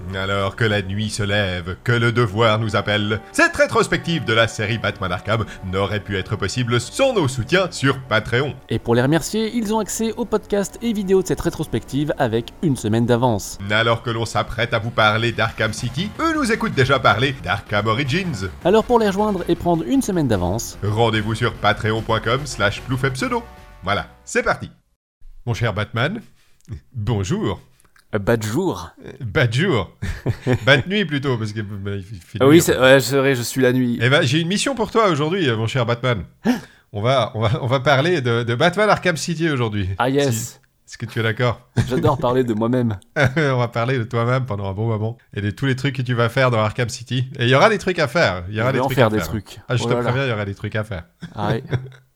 Alors que la nuit se lève, que le devoir nous appelle, cette rétrospective de la série Batman Arkham n'aurait pu être possible sans nos soutiens sur Patreon. Et pour les remercier, ils ont accès aux podcasts et vidéos de cette rétrospective avec une semaine d'avance. Alors que l'on s'apprête à vous parler d'Arkham City, eux nous écoutent déjà parler d'Arkham Origins. Alors pour les rejoindre et prendre une semaine d'avance, rendez-vous sur patreon.com/ploufepseudo. Voilà, c'est parti. Mon cher Batman, bonjour. Bad jour. Bad jour. Bad nuit plutôt, parce que il fait nuit. Oui, c'est vrai, je suis la nuit. Eh ben, j'ai une mission pour toi aujourd'hui, mon cher Batman. On va parler de Batman Arkham City aujourd'hui. Ah yes. Est-ce que tu es d'accord? J'adore parler de moi-même. On va parler de toi-même pendant un bon moment et de tous les trucs que tu vas faire dans Arkham City. Et il y aura des trucs à faire. Il y aura des trucs à faire. Ah, je te préviens, il y aura des trucs à faire. Ah oui.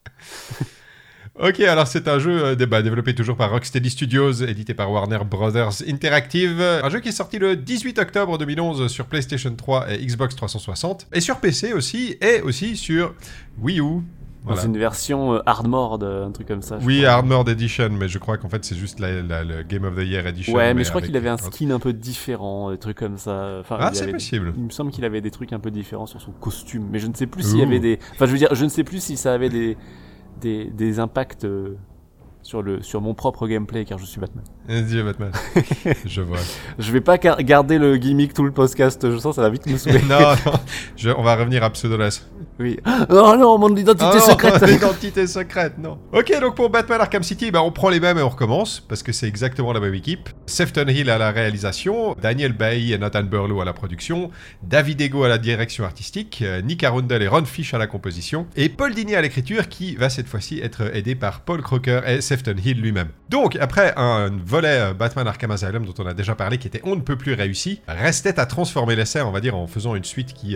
Ok, alors c'est un jeu développé toujours par Rocksteady Studios, édité par Warner Brothers Interactive. Un jeu qui est sorti le 18 octobre 2011 sur PlayStation 3 et Xbox 360. Et sur PC aussi, et aussi sur Wii U. Voilà. C'est une version Hard Mode, un truc comme ça. Oui, Hard Mode Edition, mais je crois qu'en fait c'est juste le Game of the Year Edition. Ouais, mais je crois qu'il avait un skin un peu différent, des trucs comme ça. Enfin, c'est possible. Il me semble qu'il avait des trucs un peu différents sur son costume, mais je ne sais plus s'il y avait des... Enfin, je veux dire, je ne sais plus si ça avait des impacts sur mon propre gameplay, car je suis Batman. Dieu Batman. Je vois. Je vais pas garder le gimmick tout le podcast, je sens ça va vite me saouler. non, on va revenir à Pseudolas. Oui. Oh non, mon identité secrète. L'identité secrète, non. Ok, donc pour Batman Arkham City, on prend les mêmes et on recommence, parce que c'est exactement la même équipe. Sefton Hill à la réalisation, Daniel Bailey et Nathan Burlow à la production, David Ego à la direction artistique, Nick Arundel et Ron Fish à la composition, et Paul Dini à l'écriture, qui va cette fois-ci être aidé par Paul Crocker et Sefton Hill lui-même. Donc, après un volet Batman Arkham Asylum dont on a déjà parlé, qui était on ne peut plus réussi, restait à transformer l'essai, on va dire, en faisant une suite qui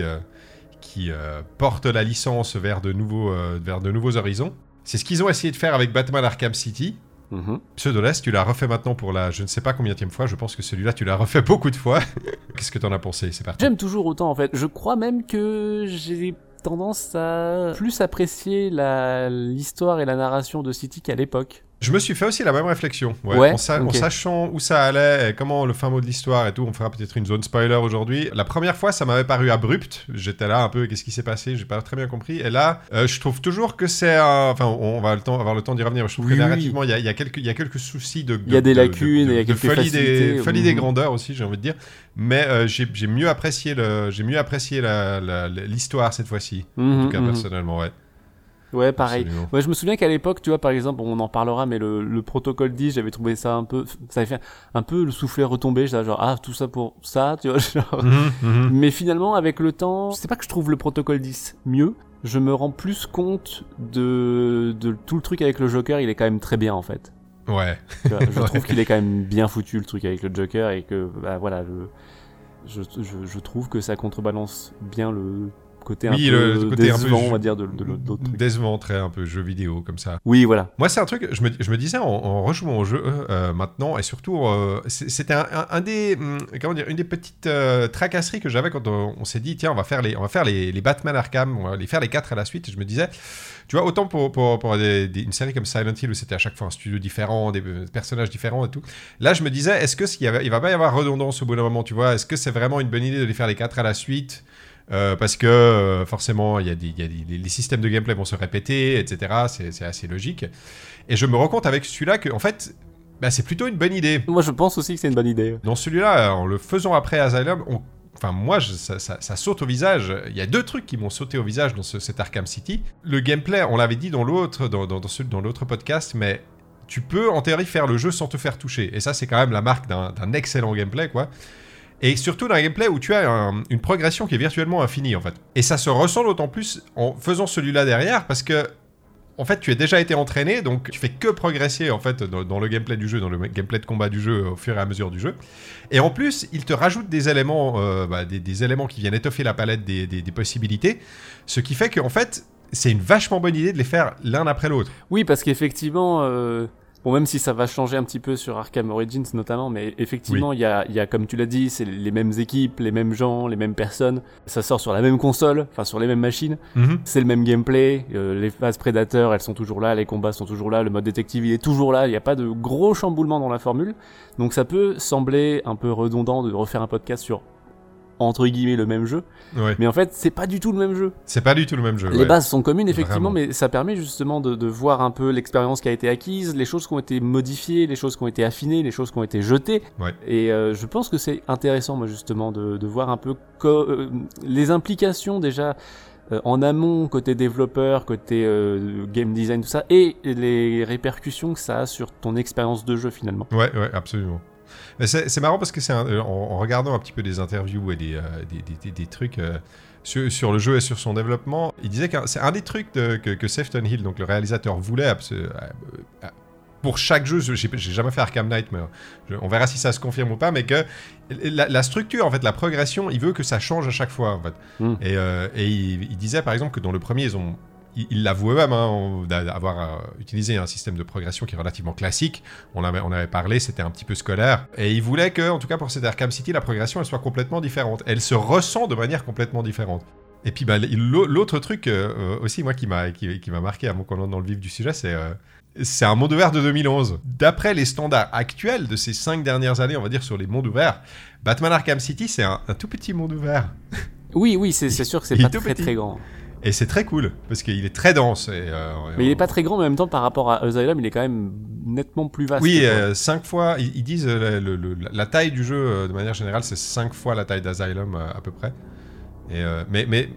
porte la licence vers de nouveaux horizons. C'est ce qu'ils ont essayé de faire avec Batman Arkham City. Pseudolas, tu l'as refait maintenant pour la je ne sais pas combienième fois, je pense que celui-là tu l'as refait beaucoup de fois. Qu'est-ce que t'en as pensé? C'est parti. J'aime toujours autant en fait, je crois même que j'ai tendance à plus apprécier l'histoire et la narration de City qu'à l'époque. Je me suis fait aussi la même réflexion, en sachant où ça allait, et comment le fin mot de l'histoire et tout. On fera peut-être une zone spoiler aujourd'hui. La première fois, ça m'avait paru abrupt. J'étais là un peu, qu'est-ce qui s'est passé? J'ai pas très bien compris. Et là, je trouve toujours que c'est enfin, on va avoir le temps d'y revenir. Je trouve que narrativement, il y a quelques soucis il y a des lacunes, il y a quelques facilités. Folie des grandeurs aussi, j'ai envie de dire. Mais j'ai mieux apprécié l'histoire cette fois-ci. En tout cas, personnellement, ouais. Ouais, pareil. Absolument. Ouais, je me souviens qu'à l'époque, tu vois, par exemple, on en parlera, mais le protocole 10, j'avais trouvé ça un peu, ça avait fait un peu le soufflet retomber, genre, tout ça pour ça, tu vois, genre. Mais finalement, avec le temps, c'est pas que je trouve le protocole 10 mieux, je me rends plus compte de tout le truc avec le Joker, il est quand même très bien, en fait. Ouais. Tu vois, je trouve qu'il est quand même bien foutu, le truc avec le Joker, et que, voilà, je trouve que ça contrebalance bien le côté côté décevant, on va dire, de l'autre truc. Décevant, très un peu jeu vidéo, comme ça. Oui, voilà. Moi, c'est un truc, je me disais en rejouant au jeu maintenant, et surtout, c'était une des petites tracasseries que j'avais quand on s'est dit, tiens, on va faire les Batman Arkham, on va les faire les 4 à la suite, et je me disais, tu vois, autant pour une série comme Silent Hill, où c'était à chaque fois un studio différent, des personnages différents et tout, là, je me disais, est-ce qu'il va pas y avoir redondance au bout d'un moment, tu vois, est-ce que c'est vraiment une bonne idée de les faire les 4 à la suite? Parce que forcément, les systèmes de gameplay vont se répéter, etc. C'est assez logique. Et je me rends compte avec celui-là que, en fait, c'est plutôt une bonne idée. Moi, je pense aussi que c'est une bonne idée. Dans celui-là, en le faisant après Asylum, ça saute au visage. Il y a 2 trucs qui m'ont sauté au visage dans cet Arkham City. Le gameplay, on l'avait dit dans l'autre podcast, mais tu peux en théorie faire le jeu sans te faire toucher. Et ça, c'est quand même la marque d'un excellent gameplay, quoi. Et surtout dans un gameplay où tu as une progression qui est virtuellement infinie, en fait. Et ça se ressent d'autant plus en faisant celui-là derrière, parce que, en fait, tu as déjà été entraîné, donc tu fais que progresser, en fait, dans le gameplay du jeu, dans le gameplay de combat du jeu, au fur et à mesure du jeu. Et en plus, il te rajoute des éléments, des éléments qui viennent étoffer la palette des possibilités, ce qui fait qu'en fait, c'est une vachement bonne idée de les faire l'un après l'autre. Oui, parce qu'effectivement... Bon, même si ça va changer un petit peu sur Arkham Origins notamment, mais effectivement, il y a, comme tu l'as dit, c'est les mêmes équipes, les mêmes gens, les mêmes personnes. Ça sort sur la même console, enfin sur les mêmes machines. C'est le même gameplay, les phases prédateurs, elles sont toujours là, les combats sont toujours là, le mode détective, il est toujours là, il n'y a pas de gros chamboulement dans la formule. Donc ça peut sembler un peu redondant de refaire un podcast sur entre guillemets le même jeu, mais en fait c'est pas du tout le même jeu. C'est pas du tout le même jeu. Les bases sont communes effectivement, Vraiment. mais ça permet justement de voir un peu l'expérience qui a été acquise, les choses qui ont été modifiées, les choses qui ont été affinées, les choses qui ont été jetées. Et je pense que c'est intéressant moi justement de voir un peu les implications déjà en amont côté développeur, côté game design, tout ça, et les répercussions que ça a sur ton expérience de jeu finalement. Ouais, absolument. Mais c'est marrant parce que en regardant un petit peu des interviews et des trucs sur le jeu et sur son développement, il disait que c'est un des trucs que Sefton Hill, donc le réalisateur, voulait pour chaque jeu. J'ai jamais fait Arkham Knight, mais on verra si ça se confirme ou pas, mais que la structure, en fait, la progression, il veut que ça change à chaque fois, en fait. Et il disait, par exemple, que dans le premier, il l'avoue eux-mêmes d'avoir utilisé un système de progression qui est relativement classique. On avait parlé, c'était un petit peu scolaire. Et il voulait que, en tout cas pour cette Arkham City, la progression elle soit complètement différente. Elle se ressent de manière complètement différente. Et puis l'autre truc aussi, moi, qui m'a marqué avant qu'on entre dans le vif du sujet, c'est un monde ouvert de 2011. D'après les standards actuels de ces 5 dernières années, on va dire, sur les mondes ouverts, Batman Arkham City, c'est un tout petit monde ouvert. Oui, c'est sûr que c'est pas très grand. Et c'est très cool, parce qu'il est très dense. Mais il est pas très grand, mais en même temps, par rapport à Asylum, il est quand même nettement plus vaste. Oui, 5 fois, ils disent la taille du jeu, de manière générale, c'est 5 fois la taille d'Asylum, à peu près. Et, mais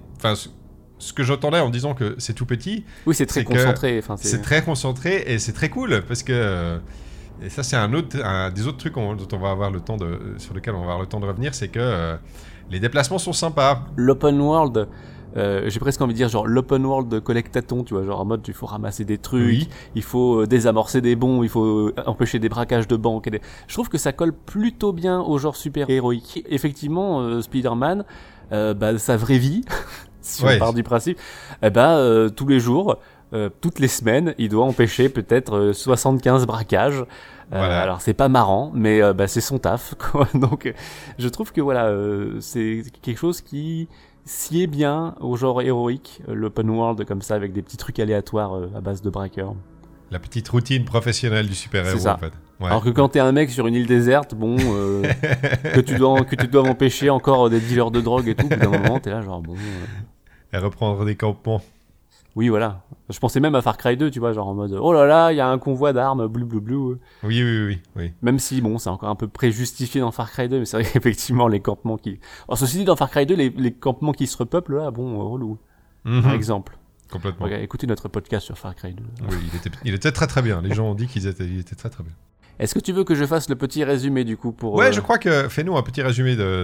ce que j'entendais en disant que c'est tout petit... Oui, c'est très concentré. C'est très concentré, et c'est très cool, parce que... et ça, c'est un des autres trucs dont on va avoir le temps sur lequel on va avoir le temps de revenir, c'est que les déplacements sont sympas. L'open world... j'ai presque envie de dire genre l'open world collectathon, tu vois, genre en mode il faut ramasser des trucs, il faut désamorcer des bombes, il faut empêcher des braquages de banques. Je trouve que ça colle plutôt bien au genre super héroïque. Effectivement, Spider-Man, sa vraie vie, si on part du principe, tous les jours, toutes les semaines, il doit empêcher peut-être 75 braquages. Voilà. Alors c'est pas marrant, mais c'est son taf, quoi. Donc je trouve que voilà, c'est quelque chose qui sied bien au genre héroïque, l'open world comme ça, avec des petits trucs aléatoires à base de braqueurs. La petite routine professionnelle du super-héros, en fait. Ouais. Alors que quand t'es un mec sur une île déserte, que tu dois empêcher encore des dealers de drogue et tout, au bout d'un moment, t'es là genre Et reprendre des campements. Oui, voilà. Je pensais même à Far Cry 2, tu vois, genre en mode oh là là, il y a un convoi d'armes, blou. Oui. Même si, c'est encore un peu préjustifié dans Far Cry 2, mais c'est vrai qu'effectivement, les campements qui... Alors, ceci dit, dans Far Cry 2, les campements qui se repeuplent, là, relou. Par exemple. Complètement. Regarde, écoutez notre podcast sur Far Cry 2. Oui, il était très très bien. Les gens ont dit qu'il était très très bien. Est-ce que tu veux que je fasse le petit résumé, du coup, pour... Ouais, je crois que... Fais-nous un petit résumé de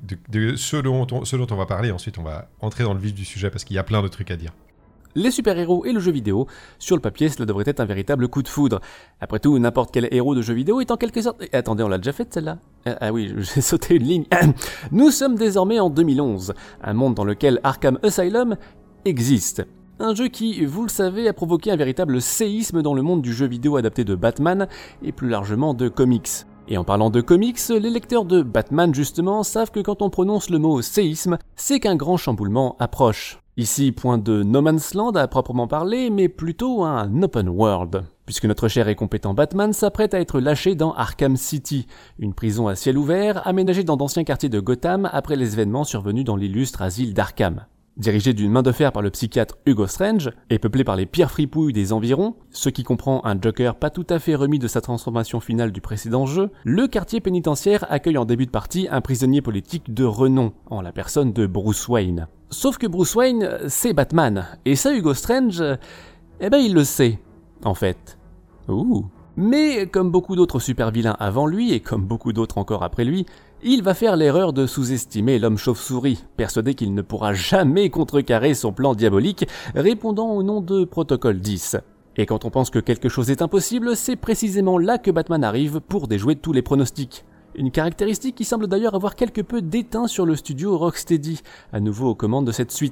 ce dont on va parler. Ensuite, on va entrer dans le vif du sujet, parce qu'il y a plein de trucs à dire. Les super-héros et le jeu vidéo, sur le papier, cela devrait être un véritable coup de foudre. Après tout, n'importe quel héros de jeu vidéo est en quelque sorte... Attendez, on l'a déjà fait celle-là ? Ah oui, j'ai sauté une ligne. Nous sommes désormais en 2011, un monde dans lequel Arkham Asylum existe. Un jeu qui, vous le savez, a provoqué un véritable séisme dans le monde du jeu vidéo adapté de Batman, et plus largement de comics. Et en parlant de comics, les lecteurs de Batman justement savent que quand on prononce le mot séisme, c'est qu'un grand chamboulement approche. Ici, point de No Man's Land à proprement parler, mais plutôt un open world, puisque notre cher et compétent Batman s'apprête à être lâché dans Arkham City, une prison à ciel ouvert aménagée dans d'anciens quartiers de Gotham après les événements survenus dans l'illustre asile d'Arkham. Dirigé d'une main de fer par le psychiatre Hugo Strange, et peuplé par les pires fripouilles des environs, ce qui comprend un Joker pas tout à fait remis de sa transformation finale du précédent jeu, le quartier pénitentiaire accueille en début de partie un prisonnier politique de renom, en la personne de Bruce Wayne. Sauf que Bruce Wayne, c'est Batman, et ça Hugo Strange, il le sait, en fait. Ouh. Mais comme beaucoup d'autres super-vilains avant lui, et comme beaucoup d'autres encore après lui, il va faire l'erreur de sous-estimer l'homme chauve-souris, persuadé qu'il ne pourra jamais contrecarrer son plan diabolique, répondant au nom de Protocole 10. Et quand on pense que quelque chose est impossible, c'est précisément là que Batman arrive pour déjouer tous les pronostics. Une caractéristique qui semble d'ailleurs avoir quelque peu déteint sur le studio Rocksteady, à nouveau aux commandes de cette suite.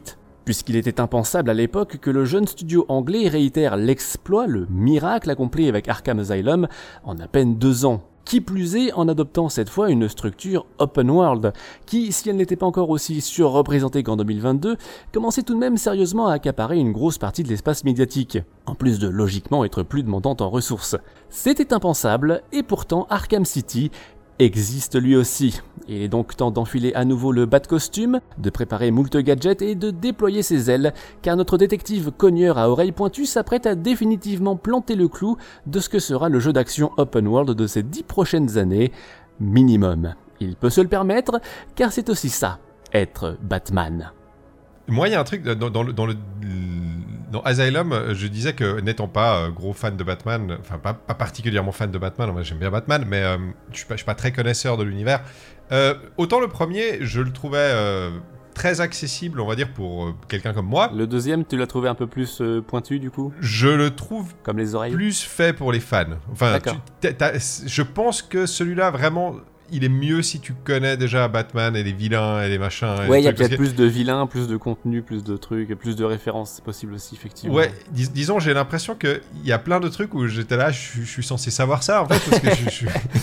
puisqu'il était impensable à l'époque que le jeune studio anglais réitère l'exploit, le miracle accompli avec Arkham Asylum en à peine 2 ans. Qui plus est, en adoptant cette fois une structure open world, qui, si elle n'était pas encore aussi surreprésentée qu'en 2022, commençait tout de même sérieusement à accaparer une grosse partie de l'espace médiatique, en plus de logiquement être plus demandante en ressources. C'était impensable, et pourtant Arkham City existe lui aussi. Il est donc temps d'enfiler à nouveau le bas de costume, de préparer moult gadgets et de déployer ses ailes, car notre détective cogneur à oreilles pointues s'apprête à définitivement planter le clou de ce que sera le jeu d'action open world de ces 10 prochaines années, minimum. Il peut se le permettre, car c'est aussi ça, être Batman. Moi, il y a un truc dans Asylum, je disais que n'étant pas gros fan de Batman, enfin pas particulièrement fan de Batman, moi j'aime bien Batman, mais je suis pas très connaisseur de l'univers. Autant le premier, je le trouvais très accessible, on va dire, pour quelqu'un comme moi. Le deuxième, tu l'as trouvé un peu plus pointu du coup ? Je le trouve comme les oreilles, plus fait pour les fans. Enfin, je pense que celui-là vraiment. Il est mieux si tu connais déjà Batman et les vilains et les machins. Ouais, il y a peut-être plus de vilains, plus de contenu, plus de trucs, plus de références, c'est possible aussi, effectivement. Ouais, disons, j'ai l'impression qu'il y a plein de trucs où j'étais là, je suis censé savoir ça, en fait, parce que je suis...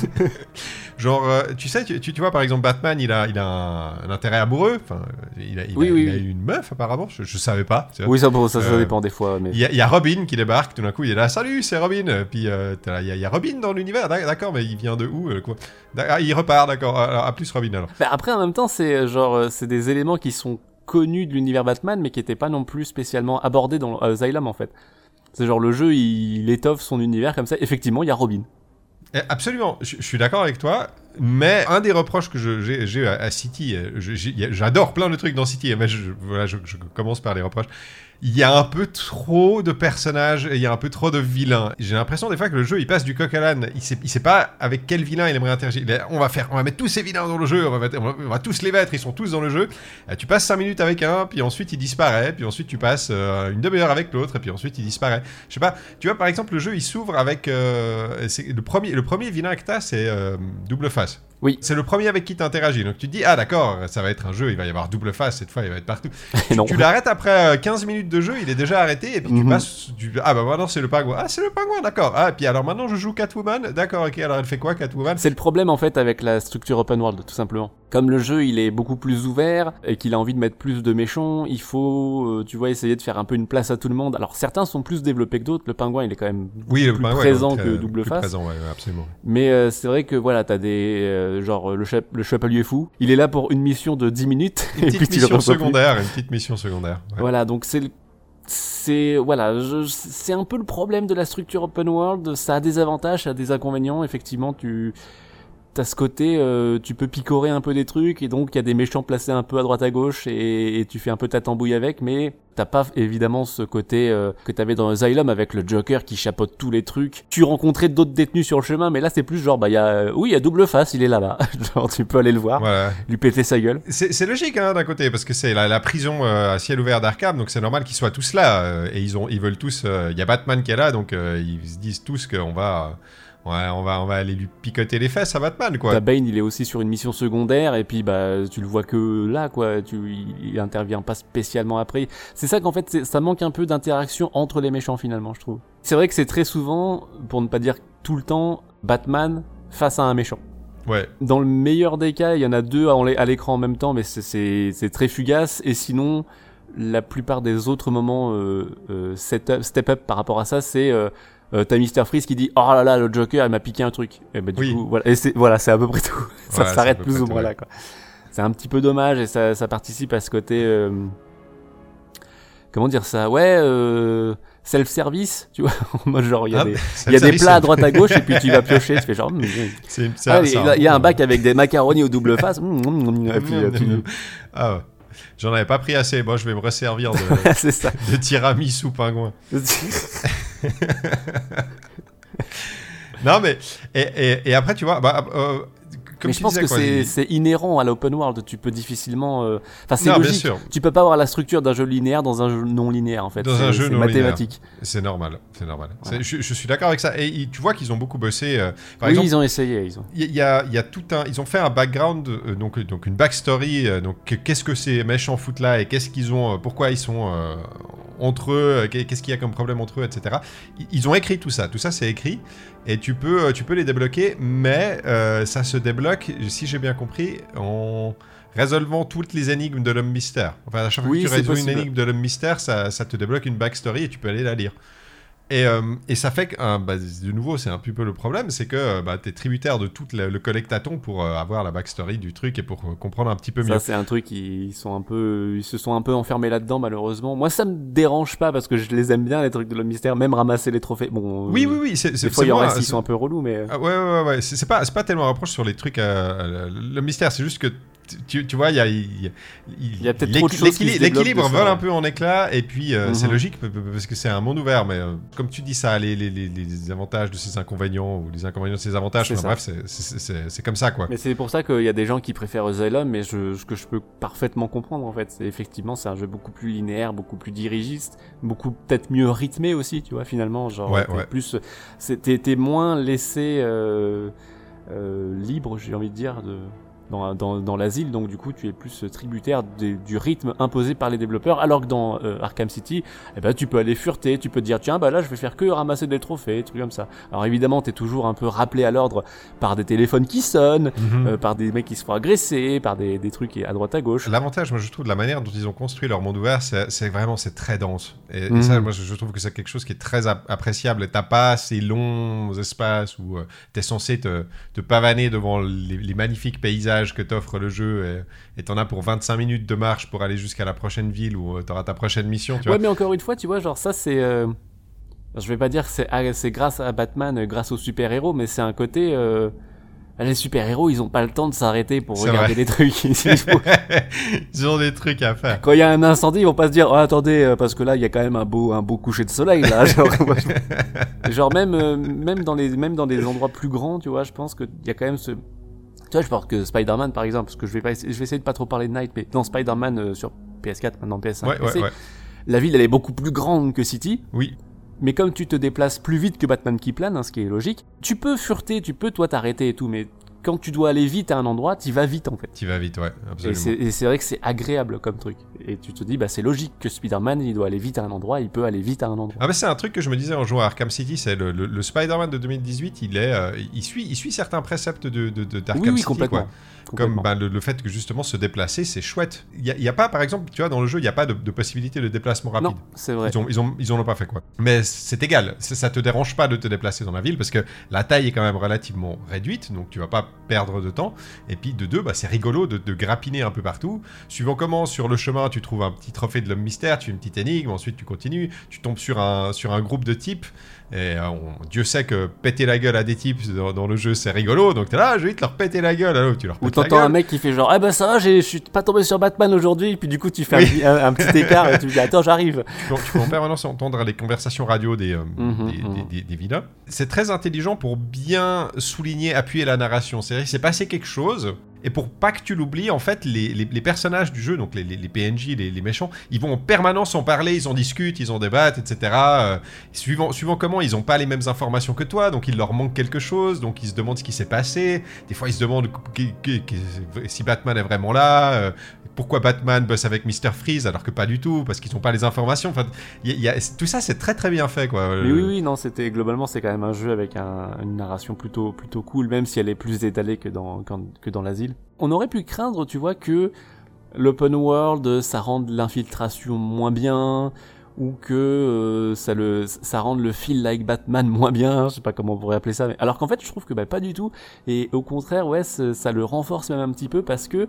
Genre, tu sais, tu vois, par exemple, Batman, il a un intérêt amoureux, enfin, il a une meuf, apparemment, je savais pas. Tu vois. Oui, ça dépend des fois, mais... Il y a Robin qui débarque, tout d'un coup, il est là, salut, c'est Robin, puis il y a Robin dans l'univers, d'accord, mais il vient de où, quoi. Il repart, d'accord, à plus Robin, alors. Bah après, en même temps, c'est des éléments qui sont connus de l'univers Batman, mais qui n'étaient pas non plus spécialement abordés dans Asylum, en fait. C'est genre, le jeu, il étoffe son univers comme ça. Effectivement, il y a Robin. Absolument, je suis d'accord avec toi, mais un des reproches que j'ai à City, j'adore plein de trucs dans City, mais je commence par les reproches. Il y a un peu trop de personnages et il y a un peu trop de vilains. J'ai l'impression des fois que le jeu il passe du coq à l'âne. Il sait pas avec quel vilain il aimerait interagir. On va mettre tous ces vilains dans le jeu, on va tous les mettre, ils sont tous dans le jeu. Tu passes 5 minutes avec un, puis ensuite il disparaît, puis ensuite tu passes une demi-heure avec l'autre, et puis ensuite il disparaît. Je sais pas, tu vois par exemple le jeu il s'ouvre avec... le premier vilain que t'as c'est Double Face. Oui. C'est le premier avec qui tu interagis. Donc tu te dis, ah d'accord, ça va être un jeu, il va y avoir Double Face, cette fois il va être partout. Tu l'arrêtes après 15 minutes de jeu, il est déjà arrêté, et puis tu passes, ah bah maintenant c'est le pingouin. Ah c'est le pingouin, d'accord. Ah, et puis alors maintenant je joue Catwoman, d'accord, ok, alors elle fait quoi Catwoman ? C'est le problème en fait avec la structure open world, tout simplement. Comme le jeu il est beaucoup plus ouvert, et qu'il a envie de mettre plus de méchants, il faut, tu vois, essayer de faire un peu une place à tout le monde. Alors certains sont plus développés que d'autres, le pingouin il est quand même plus présent que Double Face. Présent, ouais, absolument. Mais c'est vrai que voilà, t'as des... genre le chapelier fou, il est là pour une mission de 10 minutes une petite mission secondaire. Ouais. Voilà, donc c'est un peu le problème de la structure open world. Ça a des avantages, ça a des inconvénients. Effectivement, t'as ce côté, tu peux picorer un peu des trucs, et donc il y a des méchants placés un peu à droite à gauche, et tu fais un peu ta tambouille avec, mais t'as pas évidemment ce côté que t'avais dans Asylum avec le Joker qui chapeaute tous les trucs. Tu rencontrais d'autres détenus sur le chemin, mais là c'est plus genre, il y a Double Face, il est là-bas. Genre tu peux aller le voir, voilà. Lui péter sa gueule. C'est logique hein, d'un côté, parce que c'est la prison à ciel ouvert d'Arkham, donc c'est normal qu'ils soient tous là, et ils veulent tous... Il y a Batman qui est là, donc ils se disent tous qu'on va... Ouais, on va aller lui picoter les fesses à Batman, quoi. Bane, il est aussi sur une mission secondaire, et puis bah tu le vois que là, quoi. Il intervient pas spécialement après. C'est ça qu'en fait, ça manque un peu d'interaction entre les méchants finalement, je trouve. C'est vrai que c'est très souvent, pour ne pas dire tout le temps, Batman face à un méchant. Ouais. Dans le meilleur des cas, il y en a deux à l'écran en même temps, mais c'est très fugace. Et sinon, la plupart des autres moments step up par rapport à ça, c'est t'as Mr. Freeze qui dit oh là là, le Joker il m'a piqué un truc, et bah du coup voilà, et c'est à peu près tout. Ça s'arrête plus ou moins là, quoi. C'est un petit peu dommage, et ça participe à ce côté comment dire ça, self-service, tu vois, en mode genre il y a des plats à droite à gauche, et puis tu vas piocher, tu fais genre il y a un bac avec des macaronis au double face, et puis ah ouais. J'en avais pas pris assez. Bon, je vais me resservir c'est ça. De tiramisu pingouin. Non, mais... Et après, tu vois... Mais je pense que c'est inhérent à l'open world. Tu peux difficilement. Enfin, c'est non, logique. Bien sûr. Tu peux pas avoir la structure d'un jeu linéaire dans un jeu non linéaire en fait. Dans un jeu non mathématique. Linéaire. C'est normal. Ouais. Je suis d'accord avec ça. Et tu vois qu'ils ont beaucoup bossé. Par oui, exemple, ils ont essayé. Il y a tout un. Ils ont fait un background, donc une backstory. Donc qu'est-ce que ces méchants foutent là et qu'est-ce qu'ils ont, pourquoi ils sont entre eux, qu'est-ce qu'il y a comme problème entre eux, etc. Ils ont écrit tout ça. Tout ça c'est écrit et tu peux les débloquer, mais ça se débloque, si j'ai bien compris, en résolvant toutes les énigmes de l'homme mystère. Enfin, à chaque fois que tu résous une énigme de l'homme mystère, ça te débloque une backstory et tu peux aller la lire. Et ça fait que, de nouveau, c'est un peu le problème, c'est que t'es tributaire de tout le collectaton pour avoir la backstory du truc et pour comprendre un petit peu mieux. Ça, c'est un truc, ils se sont un peu enfermés là-dedans, malheureusement. Moi, ça me dérange pas parce que je les aime bien, les trucs de l'homme mystère, même ramasser les trophées. Bon, oui, des fois, il y en reste, ils sont un peu relous, mais... Ouais. C'est pas tellement un reproche sur les trucs, le mystère, c'est juste que tu vois, il y a peut-être trop de choses l'équilibre vole un peu en éclat et puis c'est logique parce que c'est un monde ouvert, mais comme tu dis, ça a les avantages de ses inconvénients ou les inconvénients de ses avantages. Bref, c'est comme ça, quoi. Mais c'est pour ça qu'il y a des gens qui préfèrent Asylum, mais ce que je peux parfaitement comprendre, en fait. Effectivement, c'est un jeu beaucoup plus linéaire, beaucoup plus dirigiste, beaucoup peut-être mieux rythmé aussi, tu vois, finalement. Genre, t'es moins laissé libre, j'ai envie de dire, dans l'asile, donc du coup tu es plus tributaire du rythme imposé par les développeurs, alors que dans Arkham City, tu peux aller fureter, tu peux te dire tiens là je vais faire que ramasser des trophées, des trucs comme ça. Alors évidemment t'es toujours un peu rappelé à l'ordre par des téléphones qui sonnent, par des mecs qui se font agresser, par des trucs à droite à gauche. L'avantage, moi je trouve, de la manière dont ils ont construit leur monde ouvert, c'est vraiment très dense. Et ça, moi je trouve que c'est quelque chose qui est très appréciable. T'as pas ces longs espaces où t'es censé te pavaner devant les magnifiques paysages que t'offre le jeu et t'en as pour 25 minutes de marche pour aller jusqu'à la prochaine ville où t'auras ta prochaine mission, tu vois. Mais encore une fois, tu vois, genre ça c'est... je vais pas dire que c'est grâce à Batman, grâce aux super-héros, mais c'est un côté... les super-héros, ils ont pas le temps de s'arrêter pour regarder des trucs. Ils ont des trucs à faire. Quand il y a un incendie, ils vont pas se dire attendez, parce que là il y a quand même un beau coucher de soleil là. Genre même dans des endroits plus grands, tu vois, je pense qu'il y a quand même ce... Tu vois, je pense que Spider-Man, par exemple, parce que je vais essayer de pas trop parler de Night, mais dans Spider-Man sur PS4, maintenant PS5, PC, la ville, elle est beaucoup plus grande que City. Oui. Mais comme tu te déplaces plus vite que Batman qui plane, ce qui est logique, tu peux fureter, tu peux, toi, t'arrêter et tout, mais quand tu dois aller vite à un endroit, t'y vas vite, en fait. T'y vas vite, ouais, absolument. Et c'est vrai que c'est agréable comme truc. Et tu te dis, c'est logique que Spider-Man, il doit aller vite à un endroit, il peut aller vite à un endroit. Ah, c'est un truc que je me disais en jouant à Arkham City, c'est le Spider-Man de 2018, il suit certains préceptes d'Arkham City, complètement. Quoi. Comme le fait que justement se déplacer, c'est chouette. Il y a pas, par exemple, tu vois, dans le jeu, il y a pas de possibilité de déplacement rapide. Non, c'est vrai. Ils en ont pas fait, quoi. Mais c'est égal, ça te dérange pas de te déplacer dans la ville parce que la taille est quand même relativement réduite, donc tu vas pas perdre de temps. Et puis de deux, c'est rigolo de grappiner un peu partout. Suivant comment sur le chemin tu trouves un petit trophée de l'homme mystère, tu fais une petite énigme, ensuite tu continues, tu tombes sur un groupe de types. Et Dieu sait que péter la gueule à des types dans le jeu c'est rigolo, donc t'es là, je vais te leur péter la gueule, alors tu leur pètes la gueule. Ou t'entends un mec qui fait genre ça va, je suis pas tombé sur Batman aujourd'hui, puis du coup tu fais un petit écart et tu dis attends j'arrive. Tu peux en permanence entendre les conversations radio des vilains. C'est très intelligent pour bien souligner, appuyer la narration, c'est-à-dire qu'il s'est passé quelque chose. Et pour pas que tu l'oublies, en fait, les personnages du jeu, donc les PNJ, les méchants, ils vont en permanence en parler, ils en discutent, ils en débattent, etc. Suivant comment, ils ont pas les mêmes informations que toi, donc il leur manque quelque chose, donc ils se demandent ce qui s'est passé. Des fois, ils se demandent si Batman est vraiment là, pourquoi Batman bosse avec Mr. Freeze alors que pas du tout, parce qu'ils n'ont pas les informations. Enfin, tout ça, c'est très très bien fait, quoi. Mais oui, non, globalement, c'est quand même un jeu avec une narration plutôt cool, même si elle est plus étalée que dans l'asile. On aurait pu craindre, tu vois, que l'open world, ça rende l'infiltration moins bien, ou que ça rende le feel like Batman moins bien, je sais pas comment on pourrait appeler ça, mais... alors qu'en fait, je trouve que pas du tout, et au contraire, ça le renforce même un petit peu, parce que,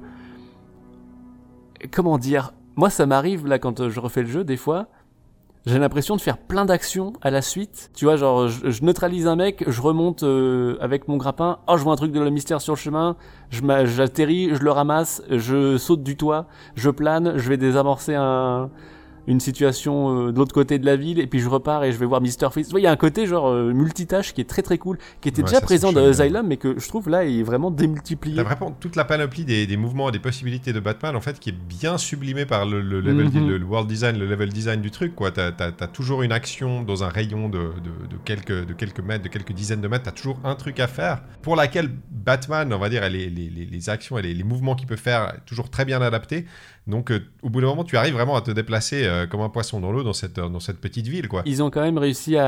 comment dire, moi ça m'arrive, là, quand je refais le jeu, des fois, j'ai l'impression de faire plein d'actions à la suite. Tu vois, genre, je neutralise un mec, je remonte avec mon grappin, je vois un truc de la mystère sur le chemin, j'atterris, je le ramasse, je saute du toit, je plane, je vais désamorcer un une situation de l'autre côté de la ville et puis je repars et je vais voir Mr. Freeze. Il y a un côté genre multitâche qui est très très cool, qui était déjà présent dans Asylum mais que je trouve là il est vraiment démultiplié. T'as vraiment toute la panoplie des mouvements et des possibilités de Batman en fait qui est bien sublimée par le level, le world design, le level design du truc quoi. T'as toujours une action dans un rayon de quelques mètres, de quelques dizaines de mètres, t'as toujours un truc à faire pour laquelle Batman, on va dire, les actions et les mouvements qu'il peut faire toujours très bien adaptés. Donc, au bout d'un moment, tu arrives vraiment à te déplacer comme un poisson dans l'eau dans cette petite ville, quoi. Ils ont quand même réussi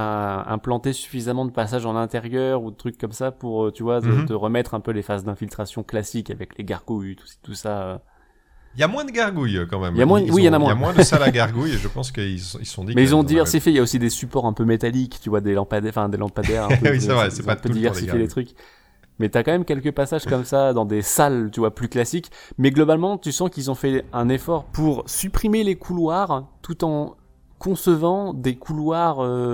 à implanter suffisamment de passages en intérieur ou de trucs comme ça pour, tu vois, te remettre un peu les phases d'infiltration classiques avec les gargouilles, tout ça. Il y a moins de gargouilles quand même. Il y en a moins. Il y a moins de salles à gargouilles et je pense qu'ils sont dit. Mais ils ont diversifié. Il y a aussi des supports un peu métalliques, tu vois, des lampadaires un peu. Oui, c'est vrai. C'est pas tout diversifier les trucs. Mais t'as quand même quelques passages comme ça dans des salles, tu vois, plus classiques. Mais globalement, tu sens qu'ils ont fait un effort pour supprimer les couloirs tout en concevant des couloirs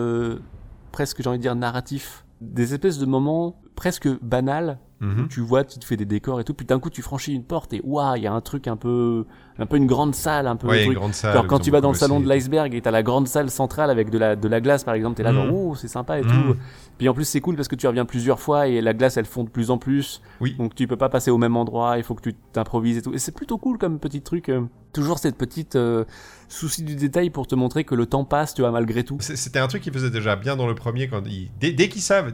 presque, j'ai envie de dire, narratifs. Des espèces de moments presque banals. Où tu vois, tu te fais des décors et tout, puis d'un coup tu franchis une porte et waouh, il y a un truc un peu une grande salle, un peu. Ouais, une grande salle. Alors quand tu vas dans le salon de l'iceberg et t'as la grande salle centrale avec de la glace par exemple, t'es là genre oh c'est sympa et tout. Puis en plus c'est cool parce que tu reviens plusieurs fois et la glace elle fond de plus en plus. Oui. Donc tu peux pas passer au même endroit, il faut que tu t'improvises et tout. Et c'est plutôt cool comme petit truc. Toujours cette petite souci du détail pour te montrer que le temps passe, tu vois, malgré tout. C'était un truc qu'ils faisaient déjà bien dans le premier quand dès qu'ils savent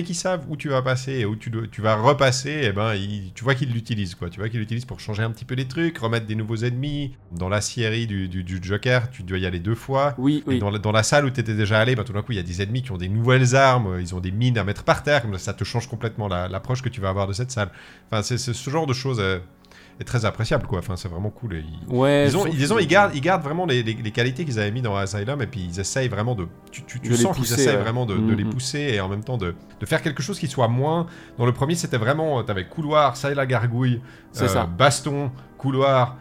où tu vas passer et où tu vas repasser, et ben tu vois qu'ils l'utilisent quoi. Tu vois qu'ils l'utilisent pour changer un petit peu les trucs, remettre des nouveaux ennemis. Dans la série du Joker, tu dois y aller 2 fois. Oui. Dans la salle où tu étais déjà allé, ben, tout d'un coup il y a des ennemis qui ont des nouvelles armes, ils ont des mines à mettre par terre, comme ça te change complètement l'approche que tu vas avoir de cette salle. Enfin c'est ce genre de choses. Est très appréciable quoi, enfin c'est vraiment cool et ils gardent vraiment les qualités qu'ils avaient mis dans Asylum et puis ils essayent vraiment de tu sens qu'ils essayent vraiment de les pousser et en même temps de faire quelque chose qui soit moins. Dans le premier c'était vraiment t'avais couloir, salle à gargouille, baston, couloir,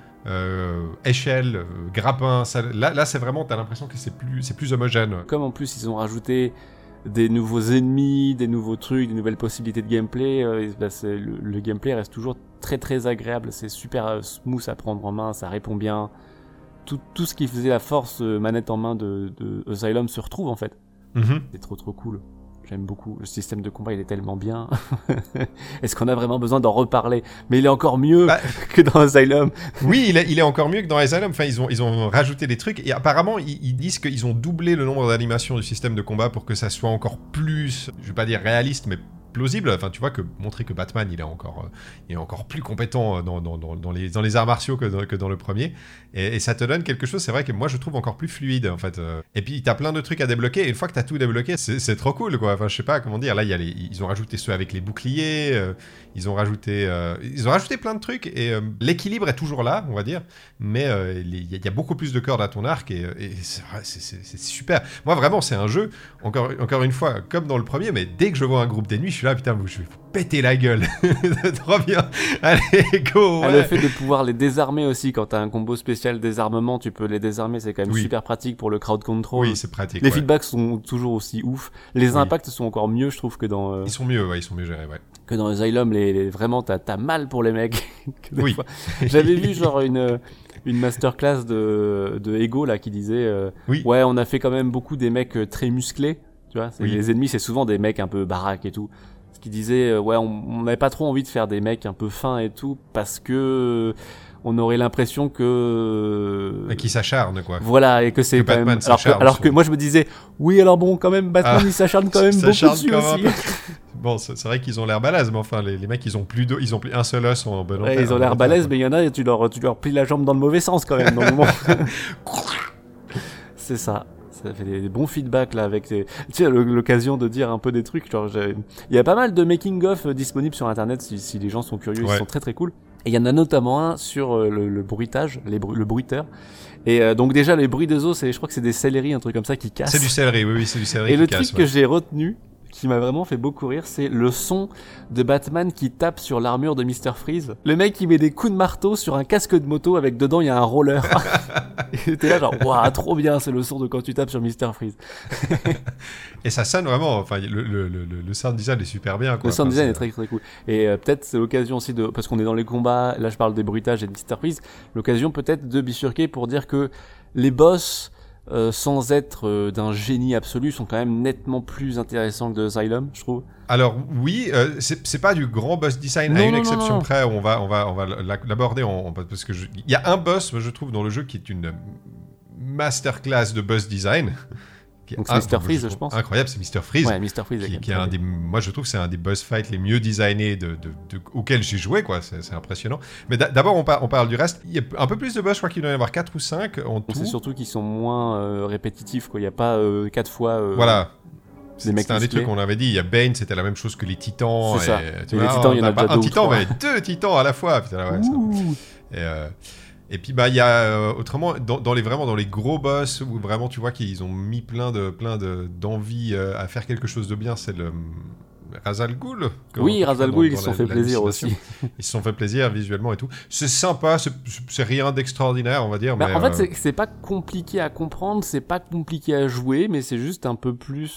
échelle, grappin, là c'est vraiment t'as l'impression que c'est plus homogène. Comme en plus ils ont rajouté des nouveaux ennemis, des nouveaux trucs, des nouvelles possibilités de gameplay, le gameplay reste toujours très très agréable, c'est super smooth à prendre en main, ça répond bien. Tout ce qui faisait la force manette en main de Asylum se retrouve en fait. C'est trop cool. J'aime beaucoup. Le système de combat, il est tellement bien. Est-ce qu'on a vraiment besoin d'en reparler ? Mais il est encore mieux que dans Asylum. Oui, il est encore mieux que dans Asylum. Enfin, ils ont rajouté des trucs. Et apparemment, ils disent qu'ils ont doublé le nombre d'animations du système de combat pour que ça soit encore plus, je vais pas dire réaliste, mais plausible. Enfin, tu vois, montrer que Batman, il est encore plus compétent dans les arts martiaux que dans le premier. Et ça te donne quelque chose, c'est vrai que moi, je trouve encore plus fluide, en fait. Et puis, t'as plein de trucs à débloquer. Et une fois que t'as tout débloqué, c'est trop cool, quoi. Enfin, je sais pas comment dire. Là, ils ont rajouté ceux avec les boucliers. Ils ont rajouté plein de trucs. Et l'équilibre est toujours là, on va dire. Mais il y a beaucoup plus de cordes à ton arc. Et c'est super. Moi, vraiment, c'est un jeu, encore une fois, comme dans le premier. Mais dès que je vois un groupe d'ennemis, je suis là, putain, je vais vous péter la gueule. Trop bien. Allez, go. Ouais. Le fait de pouvoir les désarmer aussi, quand t'as un combo spécial désarmement, tu peux les désarmer, c'est quand même super pratique pour le crowd control. Oui, c'est pratique. Les feedbacks sont toujours aussi ouf. Les impacts sont encore mieux, je trouve, que dans... Ils sont mieux gérés, que dans Asylum, vraiment, t'as mal pour les mecs. Fois. J'avais vu genre une masterclass de Ego, là, qui disait ouais, on a fait quand même beaucoup des mecs très musclés. Tu vois, les ennemis, c'est souvent des mecs un peu baraques et tout. Ce qui disait, ouais, on n'avait pas trop envie de faire des mecs un peu fins et tout, parce que on aurait l'impression que... Qui s'acharne, quoi. Voilà, et que c'est quand même... Alors que moi, je me disais, oui, alors bon, quand même, Batman, il s'acharne quand même beaucoup dessus aussi. Bon, c'est vrai qu'ils ont l'air balèzes, mais enfin, les mecs, ils ont plus un seul os en bon terme. Ils ont l'air balèzes, mais il y en a, tu leur plies la jambe dans le mauvais sens, quand même, dans le moment. C'est ça. Ça fait des bons feedbacks là avec tu sais l'occasion de dire un peu des trucs genre il y a pas mal de making of disponibles sur internet si les gens sont curieux, ils sont très très cool. Et il y en a notamment un sur le bruitage, le bruiteur. Et donc déjà les bruits des os, je crois que c'est des céleris, un truc comme ça qui casse. C'est du céleri, oui, c'est du céleri. Et le truc que j'ai retenu, qui m'a vraiment fait beaucoup rire, c'est le son de Batman qui tape sur l'armure de Mr. Freeze. Le mec qui met des coups de marteau sur un casque de moto avec dedans il y a un roller. Et t'es là genre waouh, trop bien, c'est le son de quand tu tapes sur Mr. Freeze. Et ça sonne vraiment, enfin le sound design est super bien quoi. Le sound design est très très cool. Et peut-être c'est l'occasion aussi de, parce qu'on est dans les combats, là je parle des bruitages et de Mr. Freeze, l'occasion peut-être de bifurquer pour dire que les boss sans être d'un génie absolu, sont quand même nettement plus intéressants que de Asylum, je trouve. Alors oui, c'est pas du grand boss design, à une exception près. On va l'aborder parce que il y a un boss, je trouve, dans le jeu qui est une masterclass de boss design. Donc c'est Mr. Freeze, je pense. Incroyable, c'est Mr. Freeze. Ouais, Mr. Freeze. Qui est un des, moi, je trouve que c'est un des boss fights les mieux designés auxquels j'ai joué, quoi. C'est impressionnant. Mais d'abord, on parle du reste. Il y a un peu plus de boss, je crois qu'il doit y en avoir 4 ou 5 en tout. C'est surtout qu'ils sont moins répétitifs, quoi. Il n'y a pas 4 fois. Voilà. C'était un des trucs qu'on avait dit. Il y a Bane, c'était la même chose que les titans. C'est ça. Les titans, il y en a déjà 2 un ou titan, 3. mais 2 titans à la fois. Putain, ouais, et puis bah il y a autrement dans les gros boss où vraiment tu vois qu'ils ont mis plein d'envie à faire quelque chose de bien, c'est le Ra's al Ghul. Oui, Ra's al Ghul, ils se sont fait plaisir aussi. Ils se sont fait plaisir visuellement et tout. C'est sympa, c'est rien d'extraordinaire, on va dire. Bah, mais en fait, c'est pas compliqué à comprendre, c'est pas compliqué à jouer, mais c'est juste un peu plus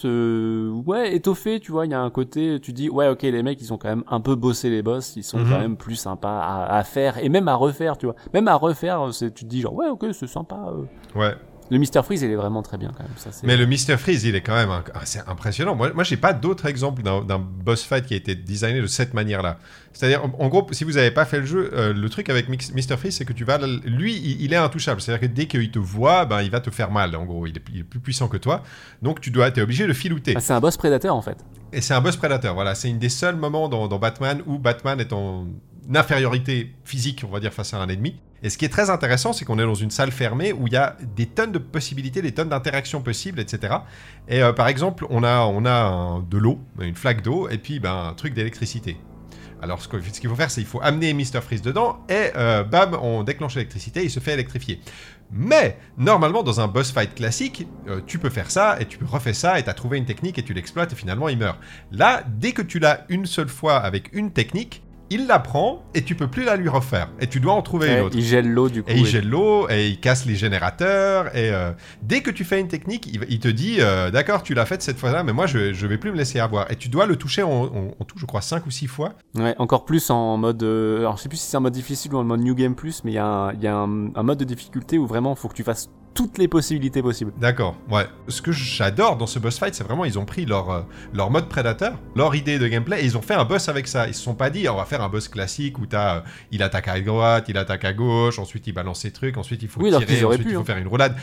étoffé, tu vois. Il y a un côté, tu dis, ouais, ok, les mecs, ils ont quand même un peu bossé les boss, ils sont quand même plus sympas à faire, et même à refaire, tu vois. Même à refaire, tu te dis, genre, ouais, ok, c'est sympa. Ouais. Le Mr. Freeze, il est vraiment très bien quand même. Ça, mais le Mr. Freeze, il est quand même c'est impressionnant. Moi, j'ai pas d'autres exemples d'un boss fight qui a été designé de cette manière-là. C'est-à-dire, en gros, si vous n'avez pas fait le jeu, le truc avec Mr. Freeze, c'est que lui, il est intouchable. C'est-à-dire que dès qu'il te voit, ben, il va te faire mal. En gros, il est plus puissant que toi. Donc, t'es obligé de filouter. Ah, c'est un boss prédateur, en fait. Et c'est un boss prédateur, voilà. C'est une des seuls moments dans Batman où Batman est en infériorité physique, on va dire, face à un ennemi. Et ce qui est très intéressant, c'est qu'on est dans une salle fermée où il y a des tonnes de possibilités, des tonnes d'interactions possibles, etc. Et par exemple, on a de l'eau, une flaque d'eau, et puis un truc d'électricité. Alors ce qu'il faut faire, c'est qu'il faut amener Mr. Freeze dedans, et bam, on déclenche l'électricité, il se fait électrifier. Mais, normalement, dans un boss fight classique, tu peux faire ça, et tu refais ça, et tu as trouvé une technique, et tu l'exploites, et finalement, il meurt. Là, dès que tu l'as une seule fois avec une technique, il la prend et tu peux plus la lui refaire. Et tu dois en trouver une autre. Il gèle l'eau du coup. Et il gèle l'eau et il casse les générateurs. Et dès que tu fais une technique, il te dit d'accord, tu l'as faite cette fois-là, mais moi je vais plus me laisser avoir. Et tu dois le toucher en tout, je crois, 5 ou 6 fois. Ouais, encore plus en mode. Alors je sais plus si c'est en mode difficile ou en mode New Game Plus, mais il y a un mode de difficulté où vraiment il faut que tu fasses toutes les possibilités possibles. D'accord, ouais. Ce que j'adore dans ce boss fight, c'est vraiment ils ont pris leur mode prédateur, leur idée de gameplay, et ils ont fait un boss avec ça. Ils se sont pas dit, on va faire un boss classique où il attaque à droite, il attaque à gauche, ensuite il balance ses trucs, ensuite il faut tirer, ensuite il faut faire une roulade.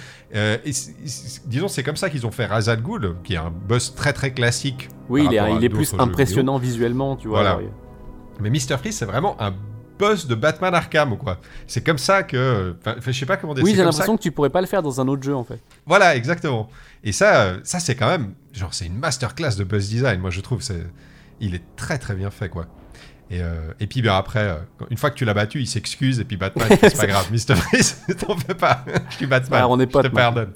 Disons, c'est comme ça qu'ils ont fait Ra's al Ghul, qui est un boss très très classique. Oui, il est plus impressionnant visuellement, tu vois. Voilà. Alors, mais Mr. Freeze, c'est vraiment un boss de Batman Arkham, quoi. C'est comme ça que... Enfin, je sais pas comment dire. Oui, j'ai l'impression que tu pourrais pas le faire dans un autre jeu, en fait. Voilà, exactement. Et ça c'est quand même... Genre, c'est une masterclass de boss design, moi, je trouve. Il est très, très bien fait, quoi. Et puis, après, une fois que tu l'as battu, il s'excuse, et puis Batman, c'est pas grave. Mr. Freeze, t'en fais pas. Je suis Batman. Alors, on est potes, je te pardonne.